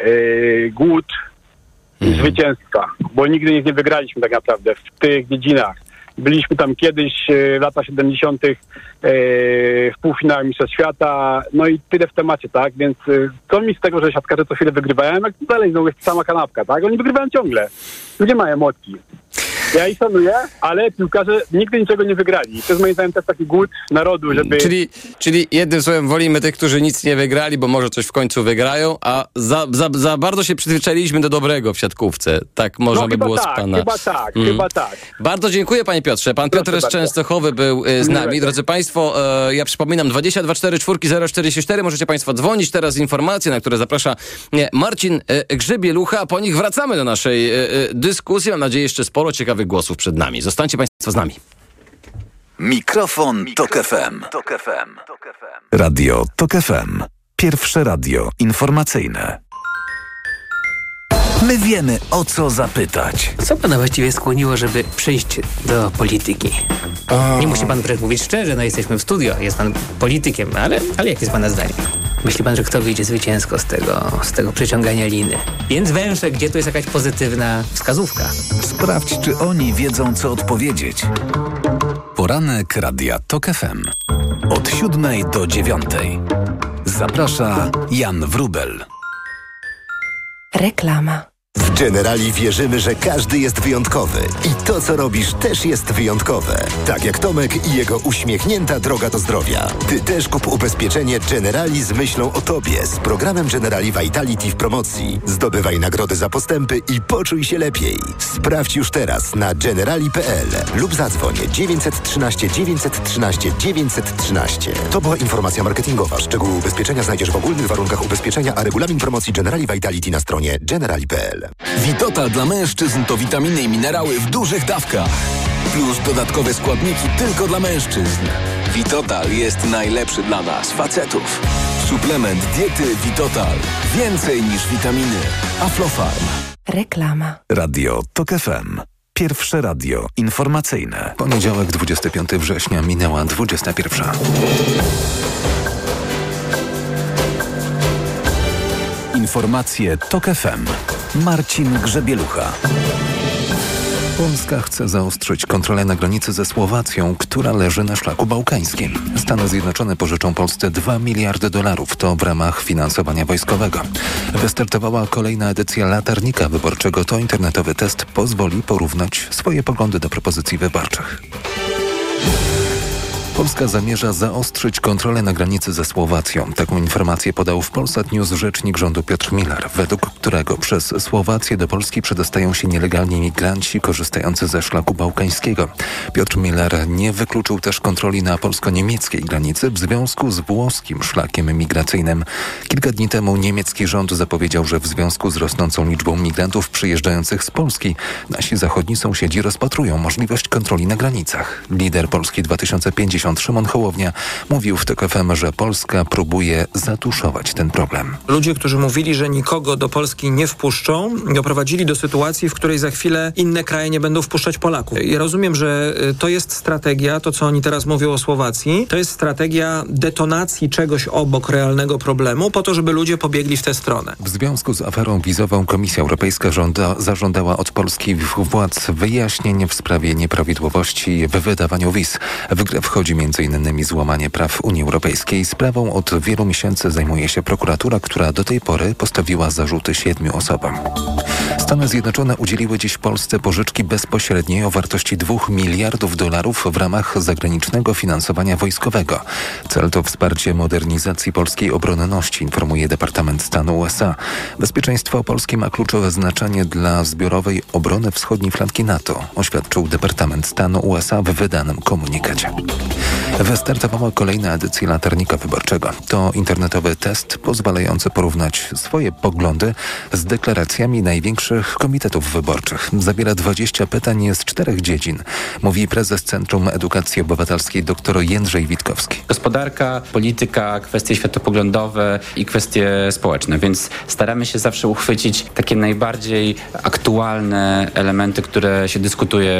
e, głód Mhm. zwycięstwa, bo nigdy nic nie wygraliśmy tak naprawdę w tych dziedzinach. Byliśmy tam kiedyś, e, lata siedemdziesiątych e, w półfinale Mistrzostw Świata, no i tyle w temacie, tak? Więc e, co mi z tego, że siatkarze co chwilę wygrywają, jak dalej znowu jest sama kanapka, tak? Oni wygrywają ciągle. Ludzie mają emotki. Ja ich szanuję, ale piłkarze nigdy niczego nie wygrali. To jest moim zdaniem też taki głód narodu, żeby... Czyli, czyli jednym słowem wolimy tych, którzy nic nie wygrali, bo może coś w końcu wygrają, a za, za, za bardzo się przyzwyczailiśmy do dobrego w siatkówce. Tak można no, by chyba było tak, z pana. Chyba tak, Mm. chyba tak. Bardzo dziękuję, panie Piotrze. Pan Piotr z bardzo. Częstochowy był y, z nami. Miłego. Drodzy państwo, e, ja przypominam, dwadzieścia dwa cztery cztery zero czterdzieści cztery. Możecie państwo dzwonić. Teraz informacje, na które zaprasza nie, Marcin e, Grzebielucha. Po nich wracamy do naszej e, e, dyskusji. Mam nadzieję, jeszcze sporo ciekawych głosów przed nami. Zostańcie państwo z nami. Mikrofon Tok F M. Radio Tok F M. Pierwsze radio informacyjne. My wiemy, o co zapytać. Co pana właściwie skłoniło, żeby przyjść do polityki? Nie musi pan wręcz mówić szczerze, no jesteśmy w studio, jest pan politykiem, ale, ale jakie jest pana zdanie? Myśli pan, że kto wyjdzie zwycięsko z tego, z tego przeciągania liny? Więc węszę, gdzie tu jest jakaś pozytywna wskazówka? Sprawdź, czy oni wiedzą, co odpowiedzieć. Poranek Radia Tok F M. Od siódmej do dziewiątej. Zaprasza Jan Wróbel. Reklama. W Generali wierzymy, że każdy jest wyjątkowy i to, co robisz, też jest wyjątkowe. Tak jak Tomek i jego uśmiechnięta droga do zdrowia. Ty też kup ubezpieczenie Generali z myślą o tobie z programem Generali Vitality w promocji. Zdobywaj nagrody za postępy i poczuj się lepiej. Sprawdź już teraz na generali kropka p l lub zadzwoń dziewięć jeden trzy dziewięć jeden trzy dziewięć jeden trzy. To była informacja marketingowa. Szczegóły ubezpieczenia znajdziesz w ogólnych warunkach ubezpieczenia, a regulamin promocji Generali Vitality na stronie generali kropka p l. Vitotal dla mężczyzn to witaminy i minerały w dużych dawkach. Plus dodatkowe składniki tylko dla mężczyzn. Vitotal jest najlepszy dla nas, facetów. Suplement diety Vitotal. Więcej niż witaminy. Aflofarm. Reklama. Radio Tok F M. Pierwsze radio informacyjne. Poniedziałek, dwudziestego piątego września, minęła dwudziesta pierwsza. Informacje Tok F M. Marcin Grzebielucha. Polska chce zaostrzyć kontrolę na granicy ze Słowacją, która leży na szlaku bałkańskim. Stany Zjednoczone pożyczą Polsce dwa miliardy dolarów. To w ramach finansowania wojskowego. Wystartowała kolejna edycja latarnika wyborczego. To internetowy test pozwoli porównać swoje poglądy do propozycji wyborczych. Polska zamierza zaostrzyć kontrolę na granicy ze Słowacją. Taką informację podał w Polsat News rzecznik rządu Piotr Miller, według którego przez Słowację do Polski przedostają się nielegalni migranci korzystający ze szlaku bałkańskiego. Piotr Miller nie wykluczył też kontroli na polsko-niemieckiej granicy w związku z włoskim szlakiem migracyjnym. Kilka dni temu niemiecki rząd zapowiedział, że w związku z rosnącą liczbą migrantów przyjeżdżających z Polski nasi zachodni sąsiedzi rozpatrują możliwość kontroli na granicach. Lider Polski dwa tysiące pięćdziesiąt siedemdziesiąt Szymon Hołownia mówił w T O K F M, że Polska próbuje zatuszować ten problem. Ludzie, którzy mówili, że nikogo do Polski nie wpuszczą, doprowadzili do sytuacji, w której za chwilę inne kraje nie będą wpuszczać Polaków. Ja rozumiem, że to jest strategia, to co oni teraz mówią o Słowacji, to jest strategia detonacji czegoś obok realnego problemu, po to, żeby ludzie pobiegli w tę stronę. W związku z aferą wizową Komisja Europejska żąda, zażądała od polskich władz wyjaśnień w sprawie nieprawidłowości w wydawaniu wiz. W grę wchodzi między innymi złamanie praw Unii Europejskiej. Sprawą od wielu miesięcy zajmuje się prokuratura, która do tej pory postawiła zarzuty siedmiu osobom. Stany Zjednoczone udzieliły dziś Polsce pożyczki bezpośredniej o wartości dwóch miliardów dolarów w ramach zagranicznego finansowania wojskowego. Cel to wsparcie modernizacji polskiej obronności, informuje Departament Stanu U S A. Bezpieczeństwo polskie ma kluczowe znaczenie dla zbiorowej obrony wschodniej flanki NATO, oświadczył Departament Stanu U S A w wydanym komunikacie. Wystartowała kolejna edycja latarnika wyborczego. To internetowy test pozwalający porównać swoje poglądy z deklaracjami największych komitetów wyborczych. Zawiera dwadzieścia pytań z czterech dziedzin, mówi prezes Centrum Edukacji Obywatelskiej dr Jędrzej Witkowski. Gospodarka, polityka, kwestie światopoglądowe i kwestie społeczne, więc staramy się zawsze uchwycić takie najbardziej aktualne elementy, które się dyskutuje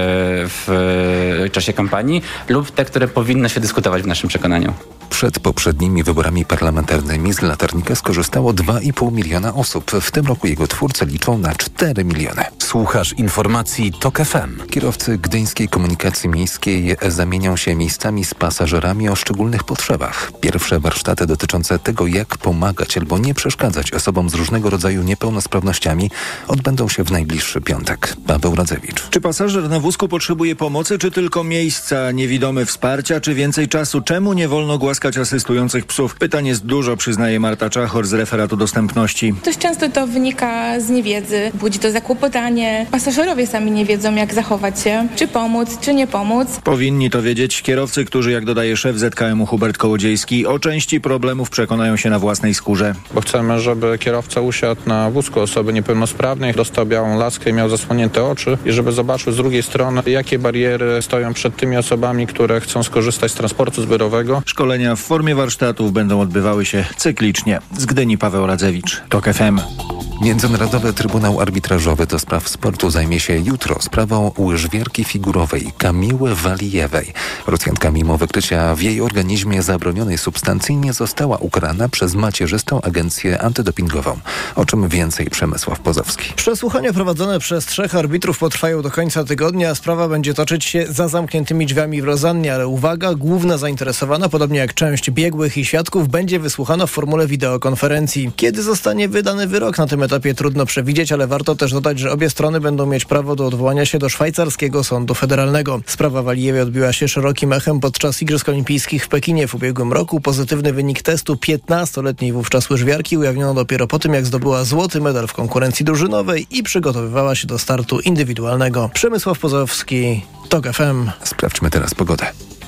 w czasie kampanii lub te, które powinno się dyskutować w naszym przekonaniu. Przed poprzednimi wyborami parlamentarnymi z latarnika skorzystało dwa i pół miliona osób. W tym roku jego twórcy liczą na cztery miliony. Słuchasz informacji T O K F M. Kierowcy gdyńskiej komunikacji miejskiej zamienią się miejscami z pasażerami o szczególnych potrzebach. Pierwsze warsztaty dotyczące tego, jak pomagać albo nie przeszkadzać osobom z różnego rodzaju niepełnosprawnościami odbędą się w najbliższy piątek. Paweł Radzewicz. Czy pasażer na wózku potrzebuje pomocy, czy tylko miejsca, niewidomy wsparcia, czy więcej czasu? Czemu nie wolno głaskać asystujących psów? Pytań jest dużo, przyznaje Marta Czachor z referatu dostępności. Dość często to wynika z niewiedzy, budzi to zakłopotanie. Pasażerowie sami nie wiedzą, jak zachować się, czy pomóc, czy nie pomóc. Powinni to wiedzieć kierowcy, którzy, jak dodaje szef Z K M u Hubert Kołodziejski, o części problemów przekonają się na własnej skórze. Bo chcemy, żeby kierowca usiadł na wózku osoby niepełnosprawnej, dostał białą laskę i miał zasłonięte oczy i żeby zobaczył z drugiej strony, jakie bariery stoją przed tymi osobami, które chcą skorzystać z transportu zbiorowego. Szkolenia w formie warsztatów będą odbywały się cyklicznie. Z Gdyni Paweł Radzewicz, T O K F M. Międzynarodowy Trybunał Arbitrażowy do spraw sportu zajmie się jutro sprawą łyżwiarki figurowej Kamiły Walijewej. Rosjanka mimo wykrycia w jej organizmie zabronionej substancji nie została ukarana przez macierzystą agencję antydopingową. O czym więcej Przemysław Pozowski. Przesłuchania prowadzone przez trzech arbitrów potrwają do końca tygodnia. Sprawa będzie toczyć się za zamkniętymi drzwiami w Rozannie, ale uwaga, główna zainteresowana, podobnie jak część biegłych i świadków, będzie wysłuchana w formule wideokonferencji. Kiedy zostanie wydany wyrok, na tym etapie trudno przewidzieć, ale warto też dodać, że obie strony będą mieć prawo do odwołania się do szwajcarskiego sądu federalnego. Sprawa Walijewej odbiła się szerokim echem podczas Igrzysk Olimpijskich w Pekinie w ubiegłym roku. Pozytywny wynik testu piętnastoletniej wówczas łyżwiarki ujawniono dopiero po tym, jak zdobyła złoty medal w konkurencji drużynowej i przygotowywała się do startu indywidualnego. Przemysław Pozowski, T O K F M. Sprawdźmy teraz pogodę.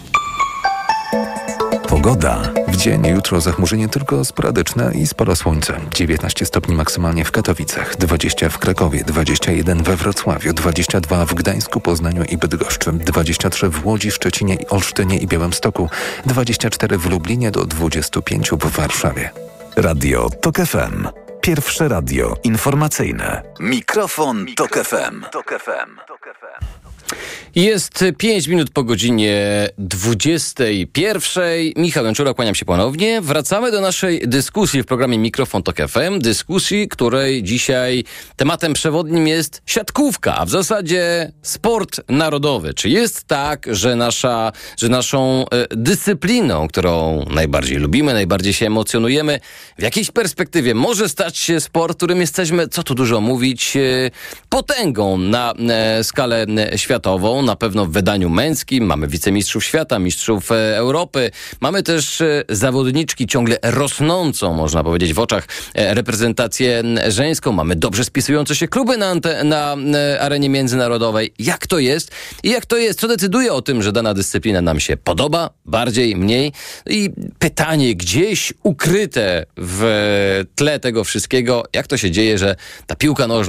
Pogoda. W dzień jutro zachmurzenie tylko sporadyczne i sporo słońca. dziewiętnaście stopni maksymalnie w Katowicach, dwadzieścia w Krakowie, dwadzieścia jeden we Wrocławiu, dwadzieścia dwa w Gdańsku, Poznaniu i Bydgoszczy, dwadzieścia trzy w Łodzi, Szczecinie, Olsztynie i Białymstoku, dwadzieścia cztery w Lublinie do dwudziestu pięciu w Warszawie. Radio T O K F M. Pierwsze radio informacyjne. Mikrofon T O K F M. Jest pięć minut po godzinie dwudziestej pierwszej. Michał Janczura, kłaniam się ponownie. Wracamy do naszej dyskusji w programie Mikrofon T O K F M. Dyskusji, której dzisiaj tematem przewodnim jest siatkówka, a w zasadzie sport narodowy. Czy jest tak, że nasza, że naszą e, dyscypliną, którą najbardziej lubimy, najbardziej się emocjonujemy, w jakiejś perspektywie może stać się sport, którym jesteśmy, co tu dużo mówić, e, potęgą na e, skalę e, światową. Na pewno w wydaniu męskim mamy wicemistrzów świata, mistrzów e, Europy. Mamy też e, zawodniczki ciągle rosnącą, można powiedzieć, w oczach e, reprezentację e, żeńską. Mamy dobrze spisujące się kluby na, ante, na e, arenie międzynarodowej. Jak to jest? I jak to jest? Co decyduje o tym, że dana dyscyplina nam się podoba? Bardziej, mniej? I pytanie gdzieś ukryte w tle tego wszystkiego, jak to się dzieje, że ta piłka nożna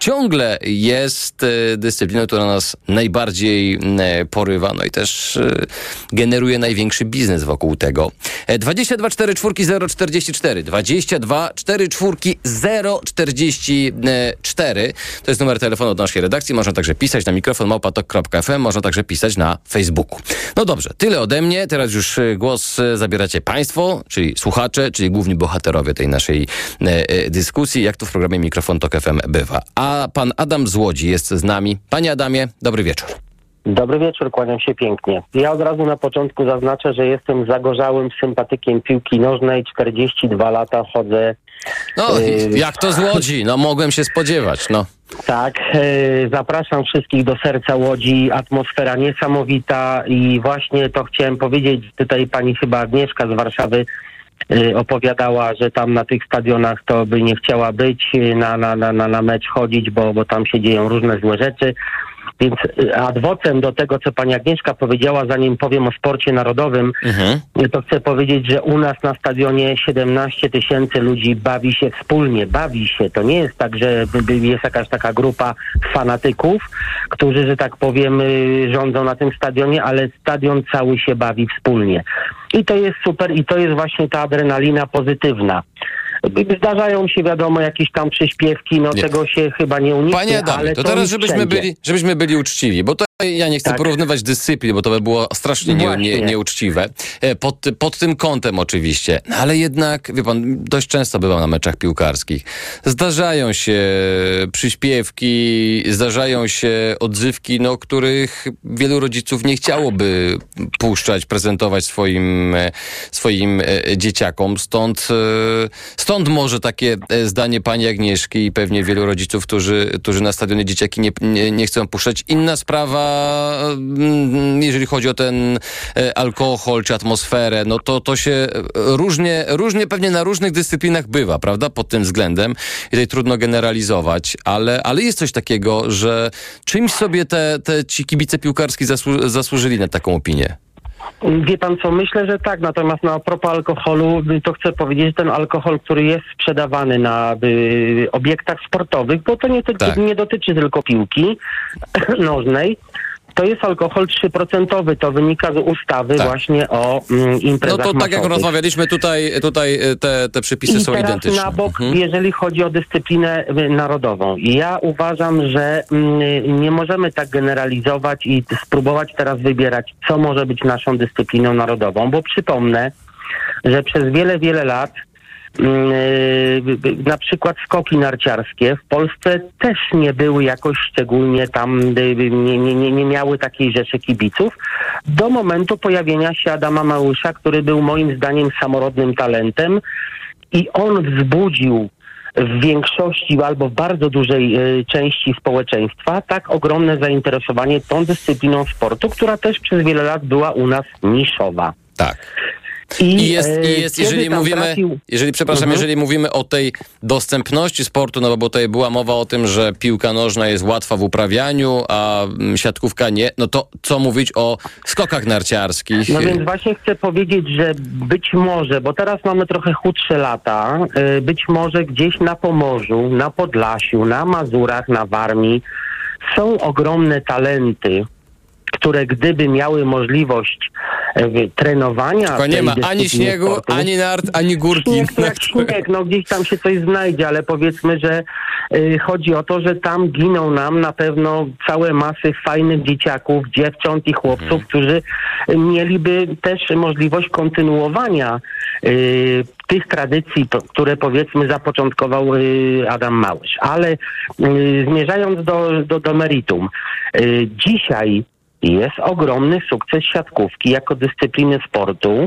ciągle jest dyscypliną, która nas najbardziej porywa, no i też generuje największy biznes wokół tego. dwadzieścia dwa cztery cztery zero czterdzieści cztery dwadzieścia dwa cztery cztery zero czterdzieści cztery to jest numer telefonu do naszej redakcji. Można także pisać na mikrofon małpa tok kropka f m, można także pisać na Facebooku. No dobrze, tyle ode mnie. Teraz już głos zabieracie państwo, czyli słuchacze, czyli główni bohaterowie tej naszej e, dyskusji, jak to w programie Mikrofon Tok F M bywa. A pan Adam z Łodzi jest z nami. Panie Adamie, dobry wieczór. Dobry wieczór, kłaniam się pięknie. Ja od razu na początku zaznaczę, że jestem zagorzałym sympatykiem piłki nożnej. czterdzieści dwa lata chodzę. No, y- jak to z Łodzi? No, mogłem się spodziewać, no. Tak, y- zapraszam wszystkich do serca Łodzi. Atmosfera niesamowita i właśnie to chciałem powiedzieć. Tutaj pani chyba Agnieszka z Warszawy y- opowiadała, że tam na tych stadionach to by nie chciała być, y- na, na, na, na mecz chodzić, bo, bo tam się dzieją różne złe rzeczy. Więc adwocem do tego, co pani Agnieszka powiedziała, zanim powiem o sporcie narodowym, mhm. to chcę powiedzieć, że u nas na stadionie siedemnaście tysięcy ludzi bawi się wspólnie. Bawi się. To nie jest tak, że jest jakaś taka grupa fanatyków, którzy, że tak powiem, rządzą na tym stadionie, ale stadion cały się bawi wspólnie. I to jest super i to jest właśnie ta adrenalina pozytywna. Zdarzają się, wiadomo, jakieś tam przyśpiewki, no nie. Tego się chyba nie uniknie. Panie Adamie, ale to, to teraz żebyśmy byli, żebyśmy byli uczciwi, bo to ja nie chcę tak. porównywać dyscyplin, bo to by było strasznie nie, nie, nieuczciwe. Pod, pod tym kątem oczywiście. Ale jednak, wie pan, dość często bywam na meczach piłkarskich. Zdarzają się przyśpiewki, zdarzają się odzywki, no, których wielu rodziców nie chciałoby puszczać, prezentować swoim, swoim dzieciakom. Stąd, stąd może takie zdanie pani Agnieszki i pewnie wielu rodziców, którzy, którzy na stadionie dzieciaki nie, nie, nie chcą puszczać. Inna sprawa, jeżeli chodzi o ten alkohol czy atmosferę, no to to się różnie, różnie pewnie na różnych dyscyplinach bywa, prawda, pod tym względem. I tutaj trudno generalizować, ale, ale jest coś takiego, że czymś sobie te, te ci kibice piłkarski zasłu- zasłużyli na taką opinię. Wie pan co, myślę, że tak, natomiast no, a propos alkoholu, to chcę powiedzieć, że ten alkohol, który jest sprzedawany na y, obiektach sportowych, bo to nie, ty, tak. nie dotyczy tylko piłki nożnej, to jest alkohol trzy procent, to wynika z ustawy tak. właśnie o mm, imprezach No to tak masowych. jak rozmawialiśmy, tutaj, tutaj te, te przepisy I są teraz identyczne. na bok, mhm. jeżeli chodzi o dyscyplinę narodową. Ja uważam, że mm, nie możemy tak generalizować i spróbować teraz wybierać, co może być naszą dyscypliną narodową, bo przypomnę, że przez wiele, wiele lat na przykład skoki narciarskie w Polsce też nie były jakoś szczególnie tam, nie, nie, nie miały takiej rzeszy kibiców, do momentu pojawienia się Adama Małysza, który był moim zdaniem samorodnym talentem i on wzbudził w większości albo w bardzo dużej y, części społeczeństwa tak ogromne zainteresowanie tą dyscypliną sportu, która też przez wiele lat była u nas niszowa. Tak. I jest, i jest jeżeli mówimy, trafił... jeżeli, przepraszam, mhm. jeżeli mówimy o tej dostępności sportu, no bo tutaj była mowa o tym, że piłka nożna jest łatwa w uprawianiu, a siatkówka nie, no to co mówić o skokach narciarskich? No więc właśnie chcę powiedzieć, że być może, bo teraz mamy trochę chudsze lata, być może gdzieś na Pomorzu, na Podlasiu, na Mazurach, na Warmii są ogromne talenty, które gdyby miały możliwość e, trenowania... Tylko nie ma ani śniegu, sportu, ani nart, ani górki. Śnieg to jak śnieg, no gdzieś tam się coś znajdzie, ale powiedzmy, że y, chodzi o to, że tam giną nam na pewno całe masy fajnych dzieciaków, dziewcząt i chłopców, hmm. którzy mieliby też możliwość kontynuowania y, tych tradycji, to, które powiedzmy zapoczątkował y, Adam Małysz. Ale y, zmierzając do, do, do meritum, y, dzisiaj jest ogromny sukces siatkówki jako dyscypliny sportu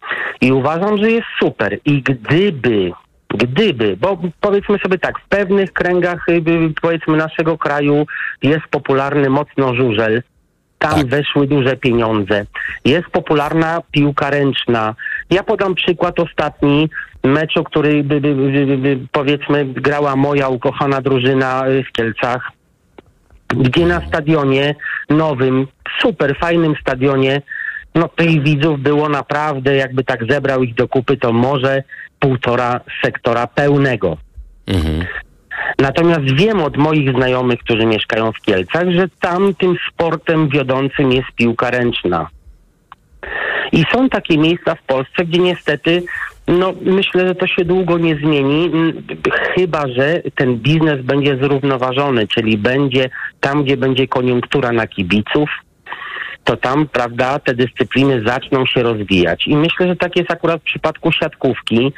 i uważam, że jest super. I gdyby, gdyby, bo powiedzmy sobie tak, w pewnych kręgach powiedzmy naszego kraju jest popularny mocno żużel, tam tak. weszły duże pieniądze. Jest popularna piłka ręczna. Ja podam przykład ostatni meczu, który by, by, by, by, powiedzmy grała moja ukochana drużyna w Kielcach, gdzie na stadionie nowym, super fajnym stadionie, no tych widzów było naprawdę, jakby tak zebrał ich do kupy, to może półtora sektora pełnego. Mhm. Natomiast wiem od moich znajomych, którzy mieszkają w Kielcach, że tam tym sportem wiodącym jest piłka ręczna. I są takie miejsca w Polsce, gdzie niestety, no myślę, że to się długo nie zmieni, chyba że ten biznes będzie zrównoważony, czyli będzie tam, gdzie będzie koniunktura na kibiców, to tam, prawda, te dyscypliny zaczną się rozwijać. I myślę, że tak jest akurat w przypadku siatkówki,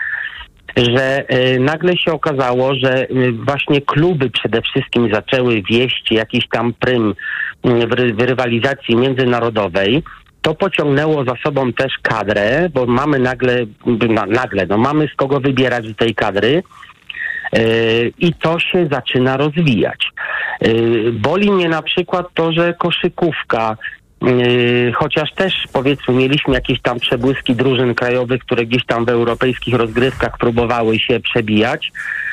że y, nagle się okazało, że y, właśnie kluby przede wszystkim zaczęły wieść jakiś tam prym y, w, ry- w rywalizacji międzynarodowej. To pociągnęło za sobą też kadrę, bo mamy nagle, na, nagle, no mamy z kogo wybierać do tej kadry yy, i to się zaczyna rozwijać. Yy, boli mnie na przykład to, że koszykówka, yy, chociaż też powiedzmy mieliśmy jakieś tam przebłyski drużyn krajowych, które gdzieś tam w europejskich rozgrywkach próbowały się przebijać,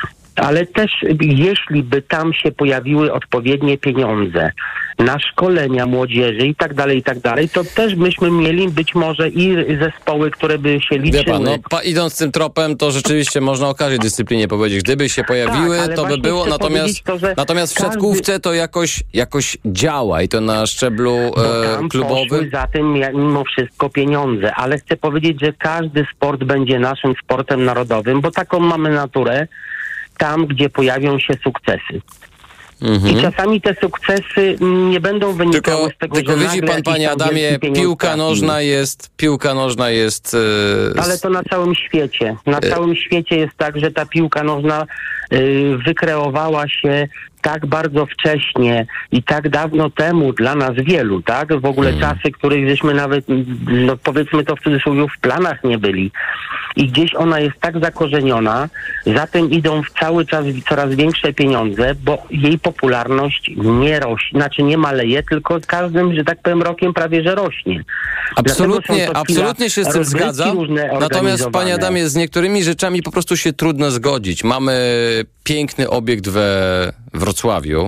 ale też jeśli by tam się pojawiły odpowiednie pieniądze na szkolenia młodzieży i tak dalej, i tak dalej, to też byśmy mieli być może i zespoły, które by się liczyły. Wie pan, no, pa, idąc tym tropem, to rzeczywiście można o każdej dyscyplinie powiedzieć. Gdyby się pojawiły, tak, to by było, natomiast, to, natomiast w siatkówce każdy... to jakoś, jakoś działa i to na szczeblu e, klubowym. Za tym mimo wszystko pieniądze, ale chcę powiedzieć, że każdy sport będzie naszym sportem narodowym, bo taką mamy naturę, tam, gdzie pojawią się sukcesy. Mhm. I czasami te sukcesy nie będą wynikały tylko, z tego, tylko że widzi pan, panie Adamie, piłka nożna jest, piłka nożna jest... Yy, Ale to na całym świecie. Na yy. całym świecie jest tak, że ta piłka nożna yy, wykreowała się tak bardzo wcześnie i tak dawno temu dla nas wielu, tak? W ogóle hmm. czasy, których żeśmy nawet, no powiedzmy to w cudzysłowie, w planach nie byli. I gdzieś ona jest tak zakorzeniona, za tym idą w cały czas coraz większe pieniądze, bo jej popularność nie rośnie, znaczy nie maleje, tylko z każdym, że tak powiem, rokiem prawie że rośnie. Absolutnie, absolutnie się z tym zgadzam. Natomiast, panie Adamie, z niektórymi rzeczami po prostu się trudno zgodzić. Mamy piękny obiekt we Wrocławiu,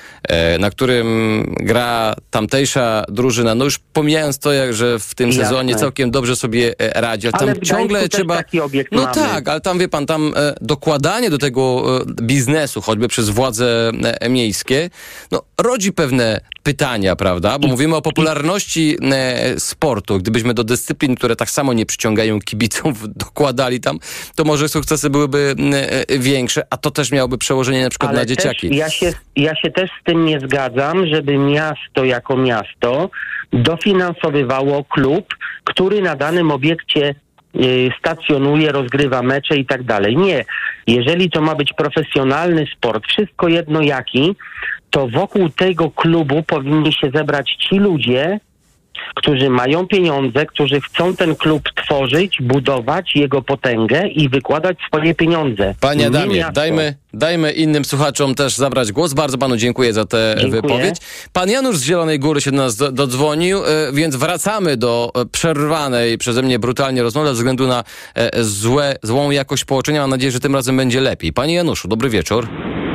na którym gra tamtejsza drużyna, no już pomijając to, jak, że w tym Jasne. sezonie całkiem dobrze sobie radzi, ale tam ale ciągle trzeba... Taki obiekt no mamy. tak, ale tam wie pan, tam e, dokładanie do tego e, biznesu, choćby przez władze e, miejskie, no rodzi pewne pytania, prawda? Bo I, mówimy o popularności e, sportu. Gdybyśmy do dyscyplin, które tak samo nie przyciągają kibiców, dokładali tam, to może sukcesy byłyby e, większe, a to też miałoby przełożenie na przykład ale na dzieciaki. Też ja się, ja się też z tym nie zgadzam, żeby miasto jako miasto dofinansowywało klub, który na danym obiekcie y, stacjonuje, rozgrywa mecze i tak dalej. Nie. Jeżeli to ma być profesjonalny sport, wszystko jedno jaki, to wokół tego klubu powinni się zebrać ci ludzie, którzy mają pieniądze, którzy chcą ten klub tworzyć, budować jego potęgę i wykładać swoje pieniądze. Panie Adamie, dajmy, dajmy innym słuchaczom też zabrać głos. Bardzo panu dziękuję za tę dziękuję. wypowiedź. Pan Janusz z Zielonej Góry się do nas do, dodzwonił, więc wracamy do przerwanej przeze mnie brutalnie rozmowy ze względu na złe, złą jakość połączenia. Mam nadzieję, że tym razem będzie lepiej. Panie Januszu, dobry wieczór.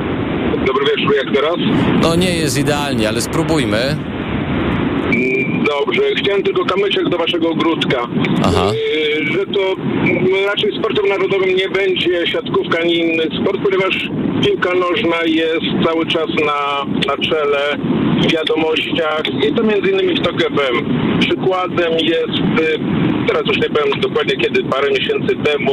Dobry wieczór, jak teraz? No nie jest idealnie, ale spróbujmy. Dobrze, chciałem tylko kamyczek do waszego ogródka. Aha. Yy, że to raczej sportem narodowym nie będzie siatkówka ani inny sport, ponieważ piłka nożna jest cały czas na, na czele w wiadomościach i to między innymi w Tok F M. Przykładem jest, yy, teraz już nie powiem dokładnie kiedy, parę miesięcy temu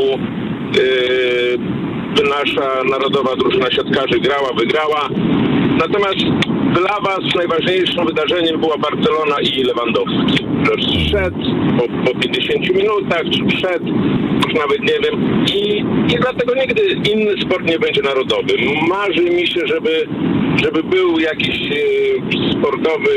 yy, nasza narodowa drużyna siatkarzy grała, wygrała. Natomiast dla was najważniejszym wydarzeniem była Barcelona i Lewandowski. Wszedł po, po pięćdziesięciu minutach, czy wszedł, już nawet nie wiem. I, i dlatego nigdy inny sport nie będzie narodowy. Marzy mi się, żeby, żeby był jakiś e, sportowy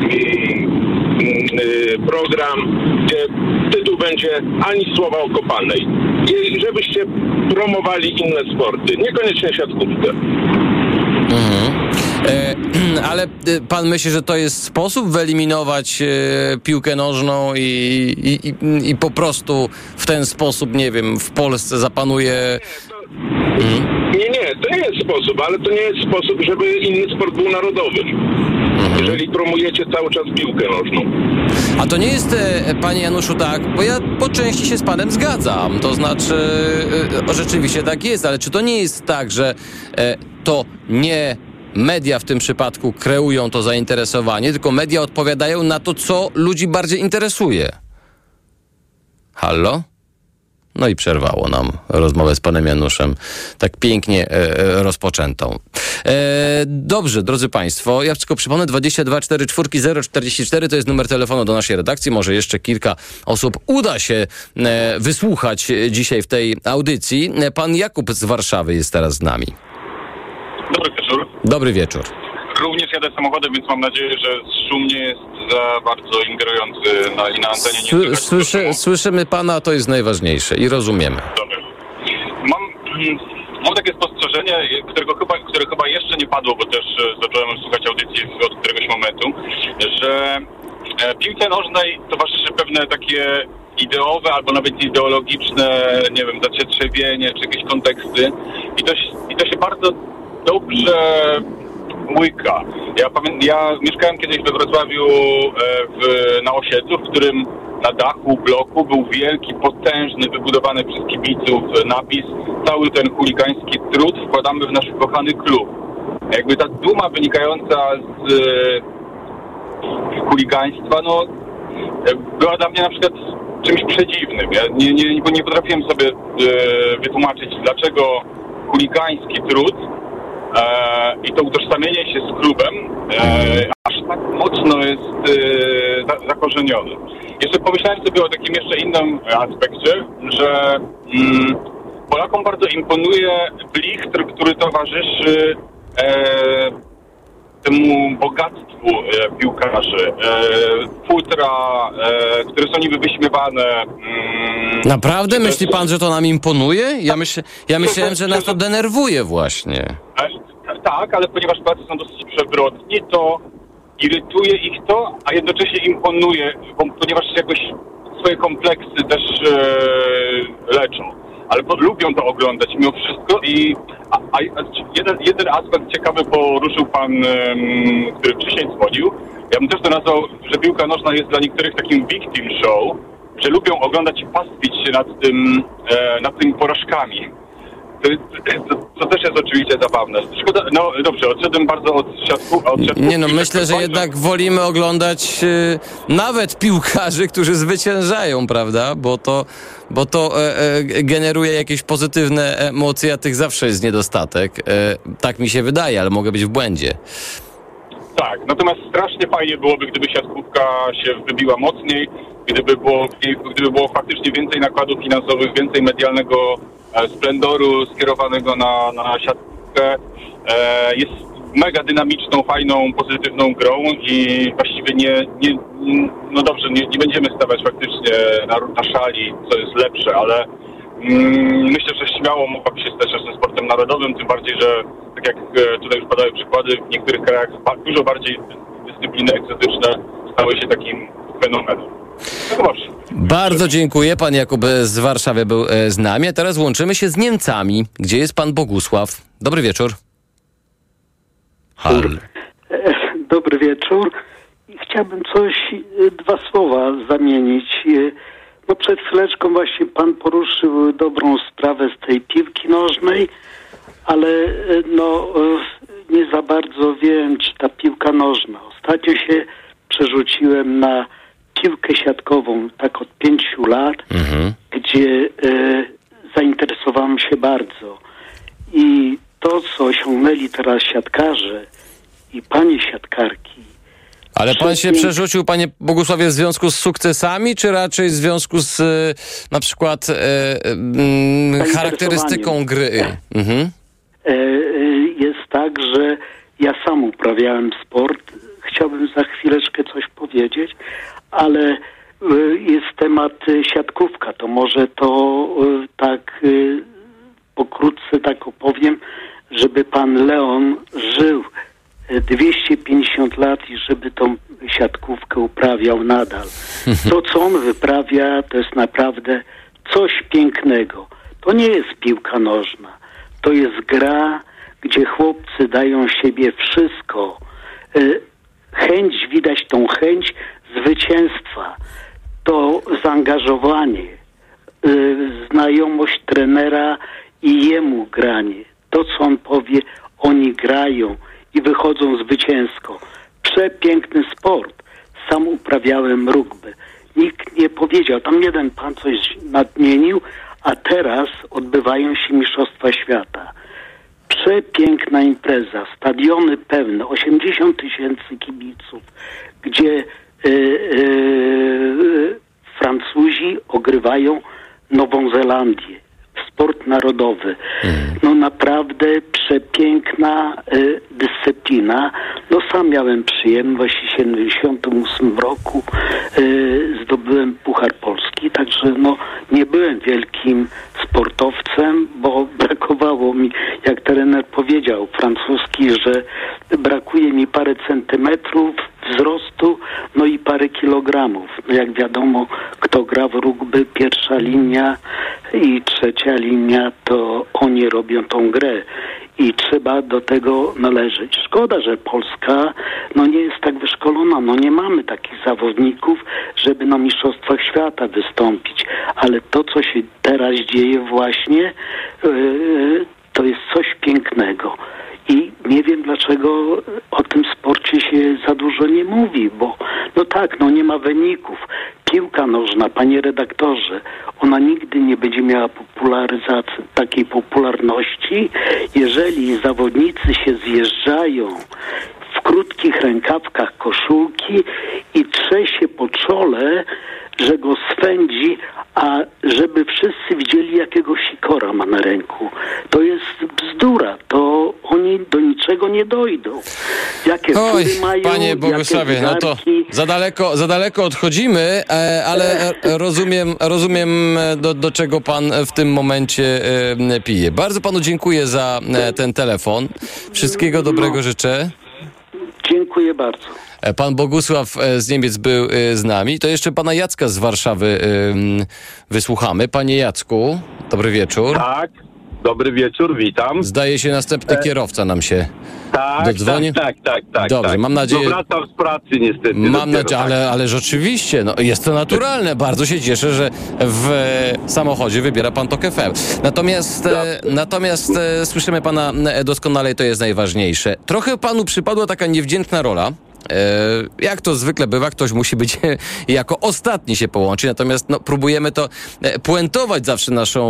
e, program, gdzie tytuł będzie ani słowa o kopanej. I żebyście promowali inne sporty, niekoniecznie siatkówkę. Mhm. E, ale pan myśli, że to jest sposób wyeliminować e, piłkę nożną i, i, i, i po prostu w ten sposób, nie wiem, w Polsce zapanuje... Mhm. Nie, nie, to nie jest sposób, ale to nie jest sposób, żeby inny sport był narodowy. Mhm. Jeżeli promujecie cały czas piłkę nożną. A to nie jest, e, panie Januszu, tak, bo ja po części się z panem zgadzam, to znaczy e, rzeczywiście tak jest, ale czy to nie jest tak, że e, to nie media w tym przypadku kreują to zainteresowanie, tylko media odpowiadają na to, co ludzi bardziej interesuje? Hallo? No i przerwało nam rozmowę z panem Januszem, tak pięknie e, rozpoczętą. E, dobrze, drodzy państwo, ja tylko przypomnę, dwadzieścia dwa czterdzieści cztery zero czterdzieści cztery to jest numer telefonu do naszej redakcji. Może jeszcze kilka osób uda się e, wysłuchać dzisiaj w tej audycji. Pan Jakub z Warszawy jest teraz z nami. Dobry wieczór. Dobry wieczór. Również jadę samochodem, więc mam nadzieję, że szum nie jest za bardzo ingerujący na, i na antenie nie słychać. Słyszy, słyszymy pana, to jest najważniejsze i rozumiemy. Dobra. Mam, mam takie spostrzeżenie, którego chyba, które chyba jeszcze nie padło, bo też zacząłem słuchać audycji od któregoś momentu, że piłce nożnej towarzyszy pewne takie ideowe albo nawet ideologiczne, nie wiem, zacietrzewienie czy jakieś konteksty i to, i to się bardzo dobrze łyka. Ja, pamię- ja mieszkałem kiedyś we Wrocławiu e, w, na osiedlu, w którym na dachu bloku był wielki, potężny, wybudowany przez kibiców napis: cały ten chuligański trud wkładamy w nasz kochany klub. Jakby ta duma wynikająca z e, chuligaństwa, no e, była dla mnie na przykład czymś przedziwnym. Ja nie, nie, nie potrafiłem sobie e, wytłumaczyć, dlaczego chuligański trud E, i to utożsamienie się z klubem e, aż tak mocno jest e, za, zakorzenione. Jeszcze pomyślałem sobie o takim jeszcze innym aspekcie, że mm, Polakom bardzo imponuje blichtr, który towarzyszy e, temu bogactwu e, piłkarzy. E, futra, e, które są niby wyśmiewane. Mm, Naprawdę? Myśli pan, że to nam imponuje? Ja, myśl, ja myślałem, że nas to denerwuje właśnie. Tak, ale ponieważ Polacy są dosyć przewrotni, to irytuje ich to, a jednocześnie imponuje, ponieważ jakoś swoje kompleksy też e, leczą. Ale bo, lubią to oglądać mimo wszystko i a, a jeden, jeden aspekt ciekawy poruszył pan, e, który wcześniej dzwonił. Ja bym też to nazwał, że piłka nożna jest dla niektórych takim victim show, że lubią oglądać i pastwić się nad tym, e, nad tymi porażkami. To, to, to też jest oczywiście zabawne. Szkoda, no dobrze, odszedłem bardzo od siatku. Od siatku Nie no, myślę, że jednak wolimy oglądać y, nawet piłkarzy, którzy zwyciężają, prawda? Bo to, bo to e, e, generuje jakieś pozytywne emocje, a tych zawsze jest niedostatek. E, tak mi się wydaje, ale mogę być w błędzie. Tak, natomiast strasznie fajnie byłoby, gdyby siatkówka się wybiła mocniej, gdyby było, gdyby było faktycznie więcej nakładów finansowych, więcej medialnego e, splendoru skierowanego na, na siatkówkę. E, jest mega dynamiczną, fajną, pozytywną grą i właściwie nie, nie no dobrze, nie, nie będziemy stawiać faktycznie na, na szali, co jest lepsze, ale mm, myślę, że śmiało mogłaby się stać jeszcze sportem narodowym, tym bardziej, że tak jak tutaj już padały przykłady, w niektórych krajach dużo bardziej dyscypliny egzotyczne stały się takim fenomenem. No Bardzo dziękuję. Pan Jakub z Warszawy był z nami. A teraz łączymy się z Niemcami, gdzie jest pan Bogusław. Dobry wieczór. Halo. Dobry wieczór. Chciałbym coś, dwa słowa zamienić. No przed chwileczką właśnie pan poruszył dobrą sprawę z tej piłki nożnej, ale no nie za bardzo wiem, czy ta piłka nożna. Ostatnio się przerzuciłem na piłkę siatkową, tak od pięciu lat, mhm. gdzie e, zainteresowałem się bardzo. I to, co osiągnęli teraz siatkarze i panie siatkarki. Ale pan się przerzucił, panie Bogusławie, w związku z sukcesami, czy raczej w związku z na przykład e, e, charakterystyką gry? Mhm. E, jest tak, że ja sam uprawiałem sport. Chciałbym za chwileczkę coś powiedzieć, ale jest temat siatkówka. To może to tak pokrótce tak opowiem, żeby pan Leon żył dwieście pięćdziesiąt lat i żeby tą siatkówkę uprawiał nadal. To, co on wyprawia, to jest naprawdę coś pięknego. To nie jest piłka nożna. To jest gra, gdzie chłopcy dają siebie wszystko. Chęć, widać tą chęć zwycięstwa, to zaangażowanie, y, znajomość trenera i jemu granie. To, co on powie, oni grają i wychodzą zwycięsko. Przepiękny sport. Sam uprawiałem rugby. Nikt nie powiedział, tam jeden pan coś nadmienił, a teraz odbywają się Mistrzostwa Świata. Przepiękna impreza, stadiony pełne, osiemdziesiąt tysięcy kibiców, gdzie y, y, Francuzi ogrywają Nową Zelandię. Sport narodowy. No naprawdę przepiękna y, dyscyplina. No sam miałem przyjemność w siedemdziesiątym ósmym roku y, zdobyłem Puchar Polski, także no nie byłem wielkim sportowcem, bo brakowało mi, jak trener powiedział francuski, że brakuje mi parę centymetrów wzrostu, no i parę kilogramów. No jak wiadomo, kto gra w rugby, pierwsza linia i trzecia linia, to oni robią tą grę i trzeba do tego należeć. Szkoda, że Polska no nie jest tak wyszkolona, no nie mamy takich zawodników, żeby na Mistrzostwach Świata wystąpić, ale to, co się teraz dzieje właśnie, yy, to jest coś pięknego. I nie wiem, dlaczego o tym sporcie się za dużo nie mówi, bo no tak, no nie ma wyników. Piłka nożna, panie redaktorze, ona nigdy nie będzie miała popularyzacji, takiej popularności, jeżeli zawodnicy się zjeżdżają w krótkich rękawkach koszulki i trze się po czole, że go swędzi, a żeby wszyscy widzieli, jakiego sikora ma na ręku. To jest bzdura, to oni do niczego nie dojdą. Jakie Oj, fury mają, panie Bogusławie, no to za daleko, za daleko odchodzimy, e, ale e, rozumiem, rozumiem do, do czego pan w tym momencie e, pije. Bardzo panu dziękuję za e, ten telefon. Wszystkiego dobrego no. życzę. Dziękuję bardzo. Pan Bogusław z Niemiec był z nami. To jeszcze pana Jacka z Warszawy wysłuchamy. Panie Jacku, dobry wieczór. Tak, dobry wieczór, witam. Zdaje się, następny e... kierowca nam się tak, dodzwonił. Tak, tak, tak, tak. Dobrze, tak. mam nadzieję... Wracam z pracy niestety. Mam nadzieję, ale, ale rzeczywiście, no, jest to naturalne. Bardzo się cieszę, że w samochodzie wybiera pan Tok F M. Natomiast, e, natomiast e, słyszymy pana doskonale i to jest najważniejsze. Trochę panu przypadła taka niewdzięczna rola. Jak to zwykle bywa, ktoś musi być jako ostatni się połączyć, natomiast no, próbujemy to puentować zawsze naszą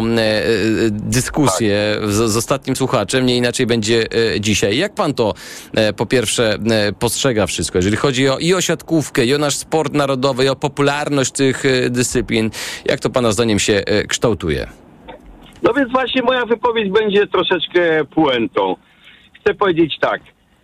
dyskusję z, z ostatnim słuchaczem, nie inaczej będzie dzisiaj. Jak pan to po pierwsze postrzega wszystko, jeżeli chodzi o, i o siatkówkę, i o nasz sport narodowy, i o popularność tych dyscyplin, jak to pana zdaniem się kształtuje? No więc właśnie moja wypowiedź będzie troszeczkę puentą. Chcę powiedzieć tak.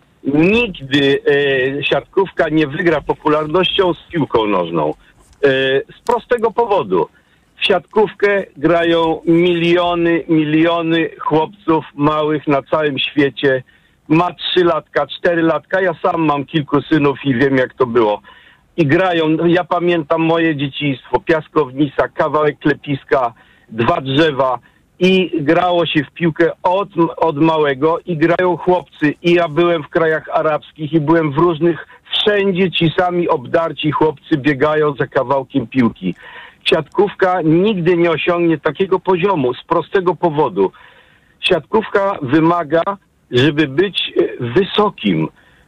Nigdy e, siatkówka nie wygra popularnością z piłką nożną. E, z prostego powodu. W siatkówkę grają miliony, miliony chłopców małych na całym świecie. Ma trzy latka, cztery latka. Ja sam mam kilku synów i wiem, jak to było. I grają, ja pamiętam moje dzieciństwo, piaskownica, kawałek klepiska, dwa drzewa. I grało się w piłkę od, od małego i grają chłopcy. I ja byłem w krajach arabskich i byłem w różnych, wszędzie ci sami obdarci chłopcy biegają za kawałkiem piłki. Siatkówka nigdy nie osiągnie takiego poziomu z prostego powodu. Siatkówka wymaga, żeby być wysokim.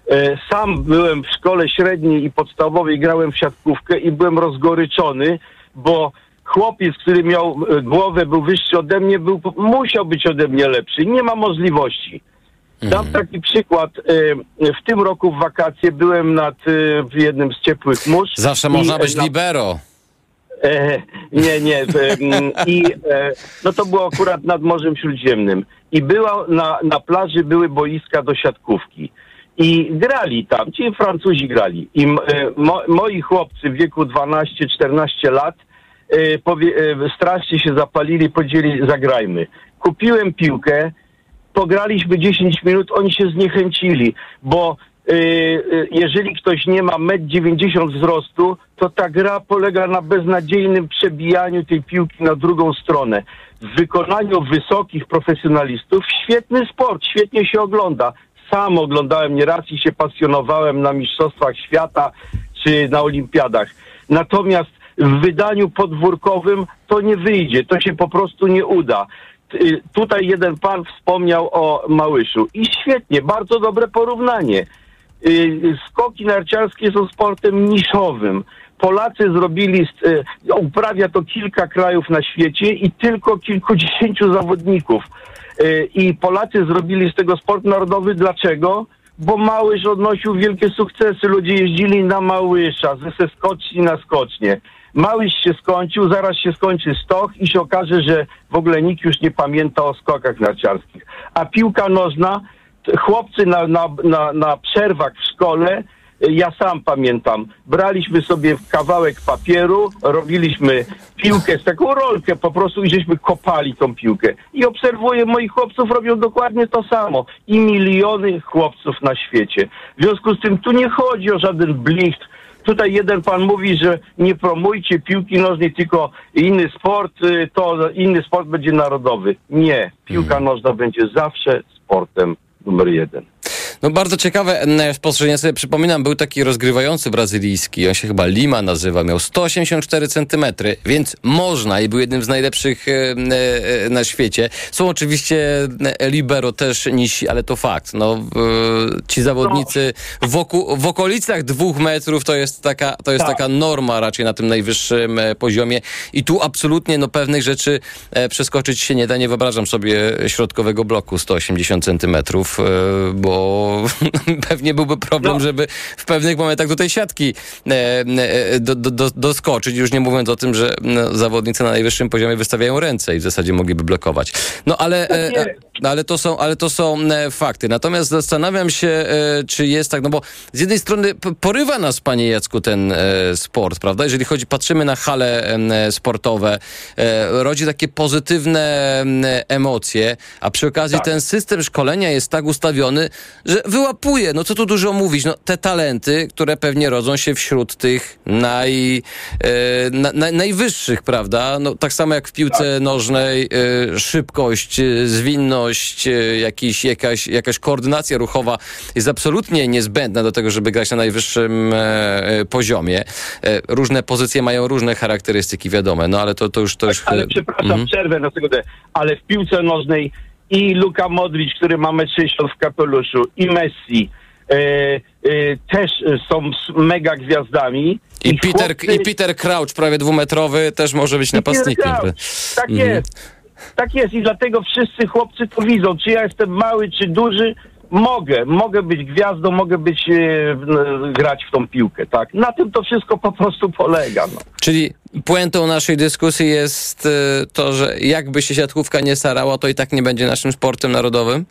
Sam byłem w szkole średniej i podstawowej, grałem w siatkówkę i byłem rozgoryczony, bo chłopiec, który miał głowę, był wyższy ode mnie, był, musiał być ode mnie lepszy. Nie ma możliwości. Dam taki przykład. W tym roku w wakacje byłem nad w jednym z ciepłych mórz. Zawsze można być na... libero. E, nie, nie. I e, no to było akurat nad Morzem Śródziemnym. I była na, na plaży były boiska do siatkówki. I grali tam, ci Francuzi grali. I e, mo, moi chłopcy w wieku dwanaście czternaście lat e, powie, e, strasznie się zapalili, powiedzieli zagrajmy. Kupiłem piłkę, pograliśmy dziesięć minut, oni się zniechęcili, bo y, y, jeżeli ktoś nie ma metr dziewięćdziesiąt wzrostu, to ta gra polega na beznadziejnym przebijaniu tej piłki na drugą stronę. W wykonaniu wysokich profesjonalistów świetny sport, świetnie się ogląda. Sam oglądałem nieraz i się pasjonowałem na Mistrzostwach Świata, czy na olimpiadach. Natomiast w wydaniu podwórkowym to nie wyjdzie, to się po prostu nie uda. Tutaj jeden pan wspomniał o Małyszu i świetnie, bardzo dobre porównanie. Skoki narciarskie są sportem niszowym. Polacy zrobili, uprawia to kilka krajów na świecie i tylko kilkudziesięciu zawodników. I Polacy zrobili z tego sport narodowy. Dlaczego? Bo Małysz odnosił wielkie sukcesy. Ludzie jeździli na Małysza, ze skoczni na skocznie. Małysz się skończył, zaraz się skończy stoch i się okaże, że w ogóle nikt już nie pamięta o skokach narciarskich. A piłka nożna, chłopcy na, na, na, na przerwach w szkole, ja sam pamiętam, braliśmy sobie kawałek papieru, robiliśmy piłkę z taką rolkę po prostu i żeśmy kopali tą piłkę. I obserwuję, moich chłopców robią dokładnie to samo. I miliony chłopców na świecie. W związku z tym tu nie chodzi o żaden blicht. Tutaj jeden pan mówi, że nie promujcie piłki nożnej, tylko inny sport, to inny sport będzie narodowy. Nie. Piłka nożna będzie zawsze sportem numer jeden. No bardzo ciekawe spostrzeżenie. Sobie przypominam, był taki rozgrywający brazylijski, on się chyba Lima nazywa, miał sto osiemdziesiąt cztery centymetry, więc można i był jednym z najlepszych e, e, na świecie. Są oczywiście libero też nisi, ale to fakt. No, e, ci zawodnicy wokół, w okolicach dwóch metrów to jest taka, to jest tak. taka norma raczej na tym najwyższym e, poziomie i tu absolutnie no, pewnych rzeczy e, przeskoczyć się nie da. Nie wyobrażam sobie środkowego bloku sto osiemdziesiąt centymetrów, e, bo pewnie byłby problem, no. żeby w pewnych momentach do tej siatki e, e, do, do, doskoczyć, już nie mówiąc o tym, że no, zawodnicy na najwyższym poziomie wystawiają ręce i w zasadzie mogliby blokować. No ale, e, ale to są, ale to są e, fakty. Natomiast zastanawiam się, e, czy jest tak, no bo z jednej strony p- porywa nas, panie Jacku, ten e, sport, prawda? Jeżeli chodzi, patrzymy na hale e, sportowe, e, rodzi takie pozytywne e, emocje, a przy okazji tak. ten system szkolenia jest tak ustawiony, że wyłapuje, no co tu dużo mówić, no te talenty, które pewnie rodzą się wśród tych naj, e, na, na, najwyższych, prawda? No tak samo jak w piłce tak. nożnej, e, szybkość, e, zwinność, e, jakiś, jakaś, jakaś koordynacja ruchowa jest absolutnie niezbędna do tego, żeby grać na najwyższym e, poziomie. E, różne pozycje mają różne charakterystyki, wiadome, no ale to, to już... To już ale przepraszam, mm-hmm. przerwę na sekundę, ale w piłce nożnej i Luka Modric, który ma metr sześćdziesiąt w kapeluszu, i Messi e, e, też są mega gwiazdami. I, I, Peter, chłopcy... I Peter Crouch, prawie dwumetrowy, też może być napastnikiem. Tak mm. jest. Tak jest i dlatego wszyscy chłopcy to widzą. Czy ja jestem mały, czy duży, mogę. Mogę być gwiazdą, mogę być e, grać w tą piłkę. Tak? Na tym to wszystko po prostu polega. No. Czyli puentą naszej dyskusji jest to, że jakby się siatkówka nie starała, to i tak nie będzie naszym sportem narodowym?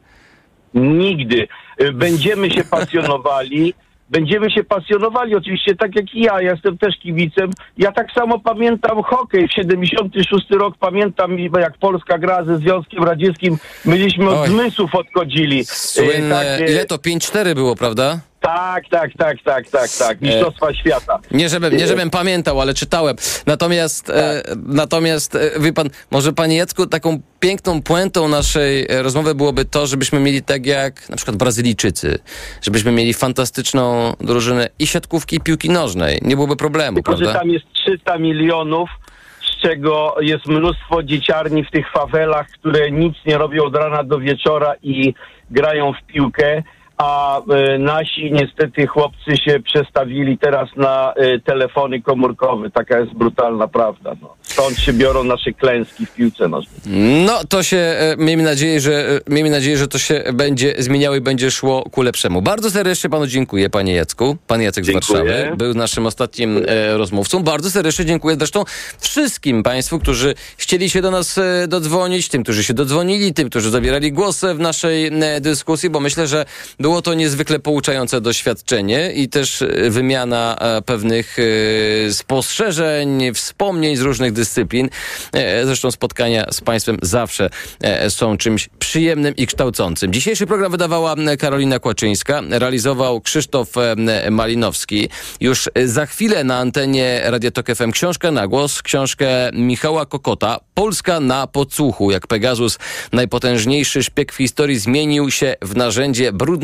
Nigdy. Będziemy się pasjonowali. Będziemy się pasjonowali, oczywiście tak jak i ja. Ja jestem też kibicem. Ja tak samo pamiętam hokej. W siedemdziesiąty szósty rok pamiętam, jak Polska gra ze Związkiem Radzieckim. Myśmy od zmysłów odchodzili. Słynne, tak, ile to? pięć cztery było, prawda? Tak, tak, tak, tak, tak, tak. Mistrzostwa e, świata. Nie żebym, nie żebym pamiętał, ale czytałem. Natomiast, tak. e, natomiast e, wie pan, może panie Jacku, taką piękną puentą naszej rozmowy byłoby to, żebyśmy mieli tak jak na przykład Brazylijczycy, żebyśmy mieli fantastyczną drużynę i siatkówki, i piłki nożnej. Nie byłoby problemu, tylko, prawda? Że tam jest trzysta milionów, z czego jest mnóstwo dzieciarni w tych fawelach, które nic nie robią od rana do wieczora i grają w piłkę. A y, nasi niestety chłopcy się przestawili teraz na y, telefony komórkowe. Taka jest brutalna prawda. No. Stąd się biorą nasze klęski w piłce nożnej. No to się, e, miejmy nadzieję, że e, miejmy nadzieję, że to się będzie zmieniało i będzie szło ku lepszemu. Bardzo serdecznie panu dziękuję, panie Jacku. Pan Jacek dziękuję. Z Warszawy był naszym ostatnim e, rozmówcą. Bardzo serdecznie dziękuję zresztą wszystkim państwu, którzy chcieli się do nas e, dodzwonić, tym, którzy się dodzwonili, tym, którzy zabierali głos w naszej e, dyskusji, bo myślę, że było to niezwykle pouczające doświadczenie i też wymiana e, pewnych e, spostrzeżeń, wspomnień z różnych dyscyplin. E, zresztą spotkania z państwem zawsze e, są czymś przyjemnym i kształcącym. Dzisiejszy program wydawała Karolina Kłaczyńska, realizował Krzysztof e, Malinowski. Już za chwilę na antenie Radia Tok F M książka na głos, książkę Michała Kokota, Polska na podsłuchu. Jak Pegasus, najpotężniejszy szpieg w historii, zmienił się w narzędzie brudnej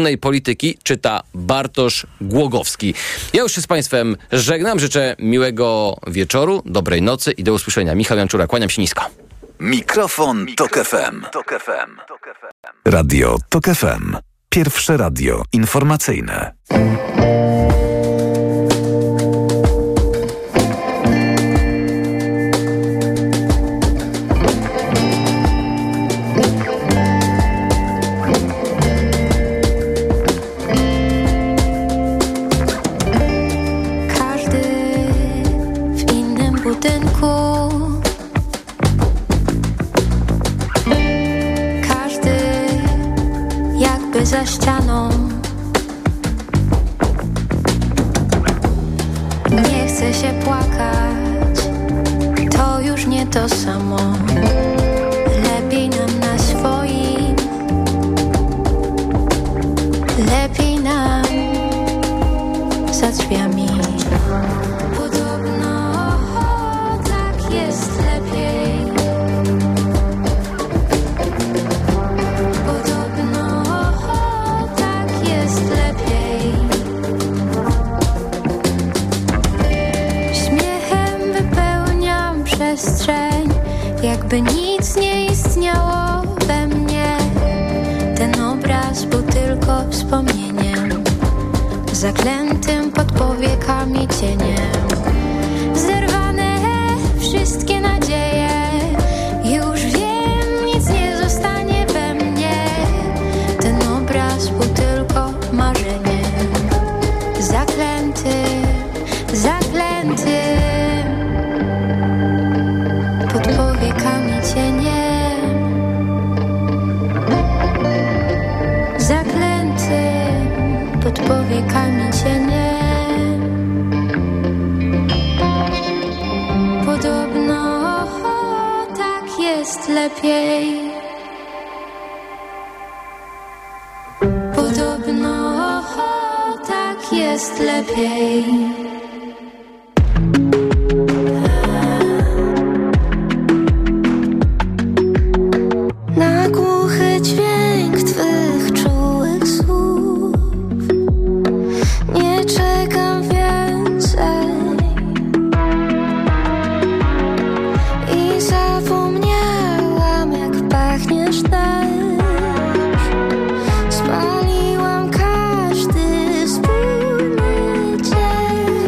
codziennej polityki czyta Bartosz Głogowski. Ja już się z Państwem żegnam, życzę miłego wieczoru, dobrej nocy i do usłyszenia. Michał Janczura, kłaniam się nisko. Mikrofon, Mikrofon Tok F M. Tok F M. Radio Tok F M. Pierwsze radio informacyjne. Każdy w innym budynku, każdy jakby za ścianą. Nie chcę się płakać, to już nie to samo. Lepiej nam na swoim, lepiej nam za drzwiami. Podobno tak jest lepiej. Podobno tak jest lepiej. Śmiechem wypełniam przestrzeń, jakby nic nie istniało we mnie. Ten obraz był tylko wspomnieniem, zaklętym pod powiekami cieniem. Zerwane wszystkie nadzieje, już wiem, nic nie zostanie we mnie. Ten obraz był tylko marzeniem, zaklęty, zaklęty pod powiekami cieniem, zaklęty pod powiekami cieniem. Podobno tak jest lepiej. Podobno tak jest lepiej. Na głuchy dźwięk twych czułych słów nie czekam więcej i zapomniałam, jak pachniesz też. Spaliłam każdy wspólny dzień.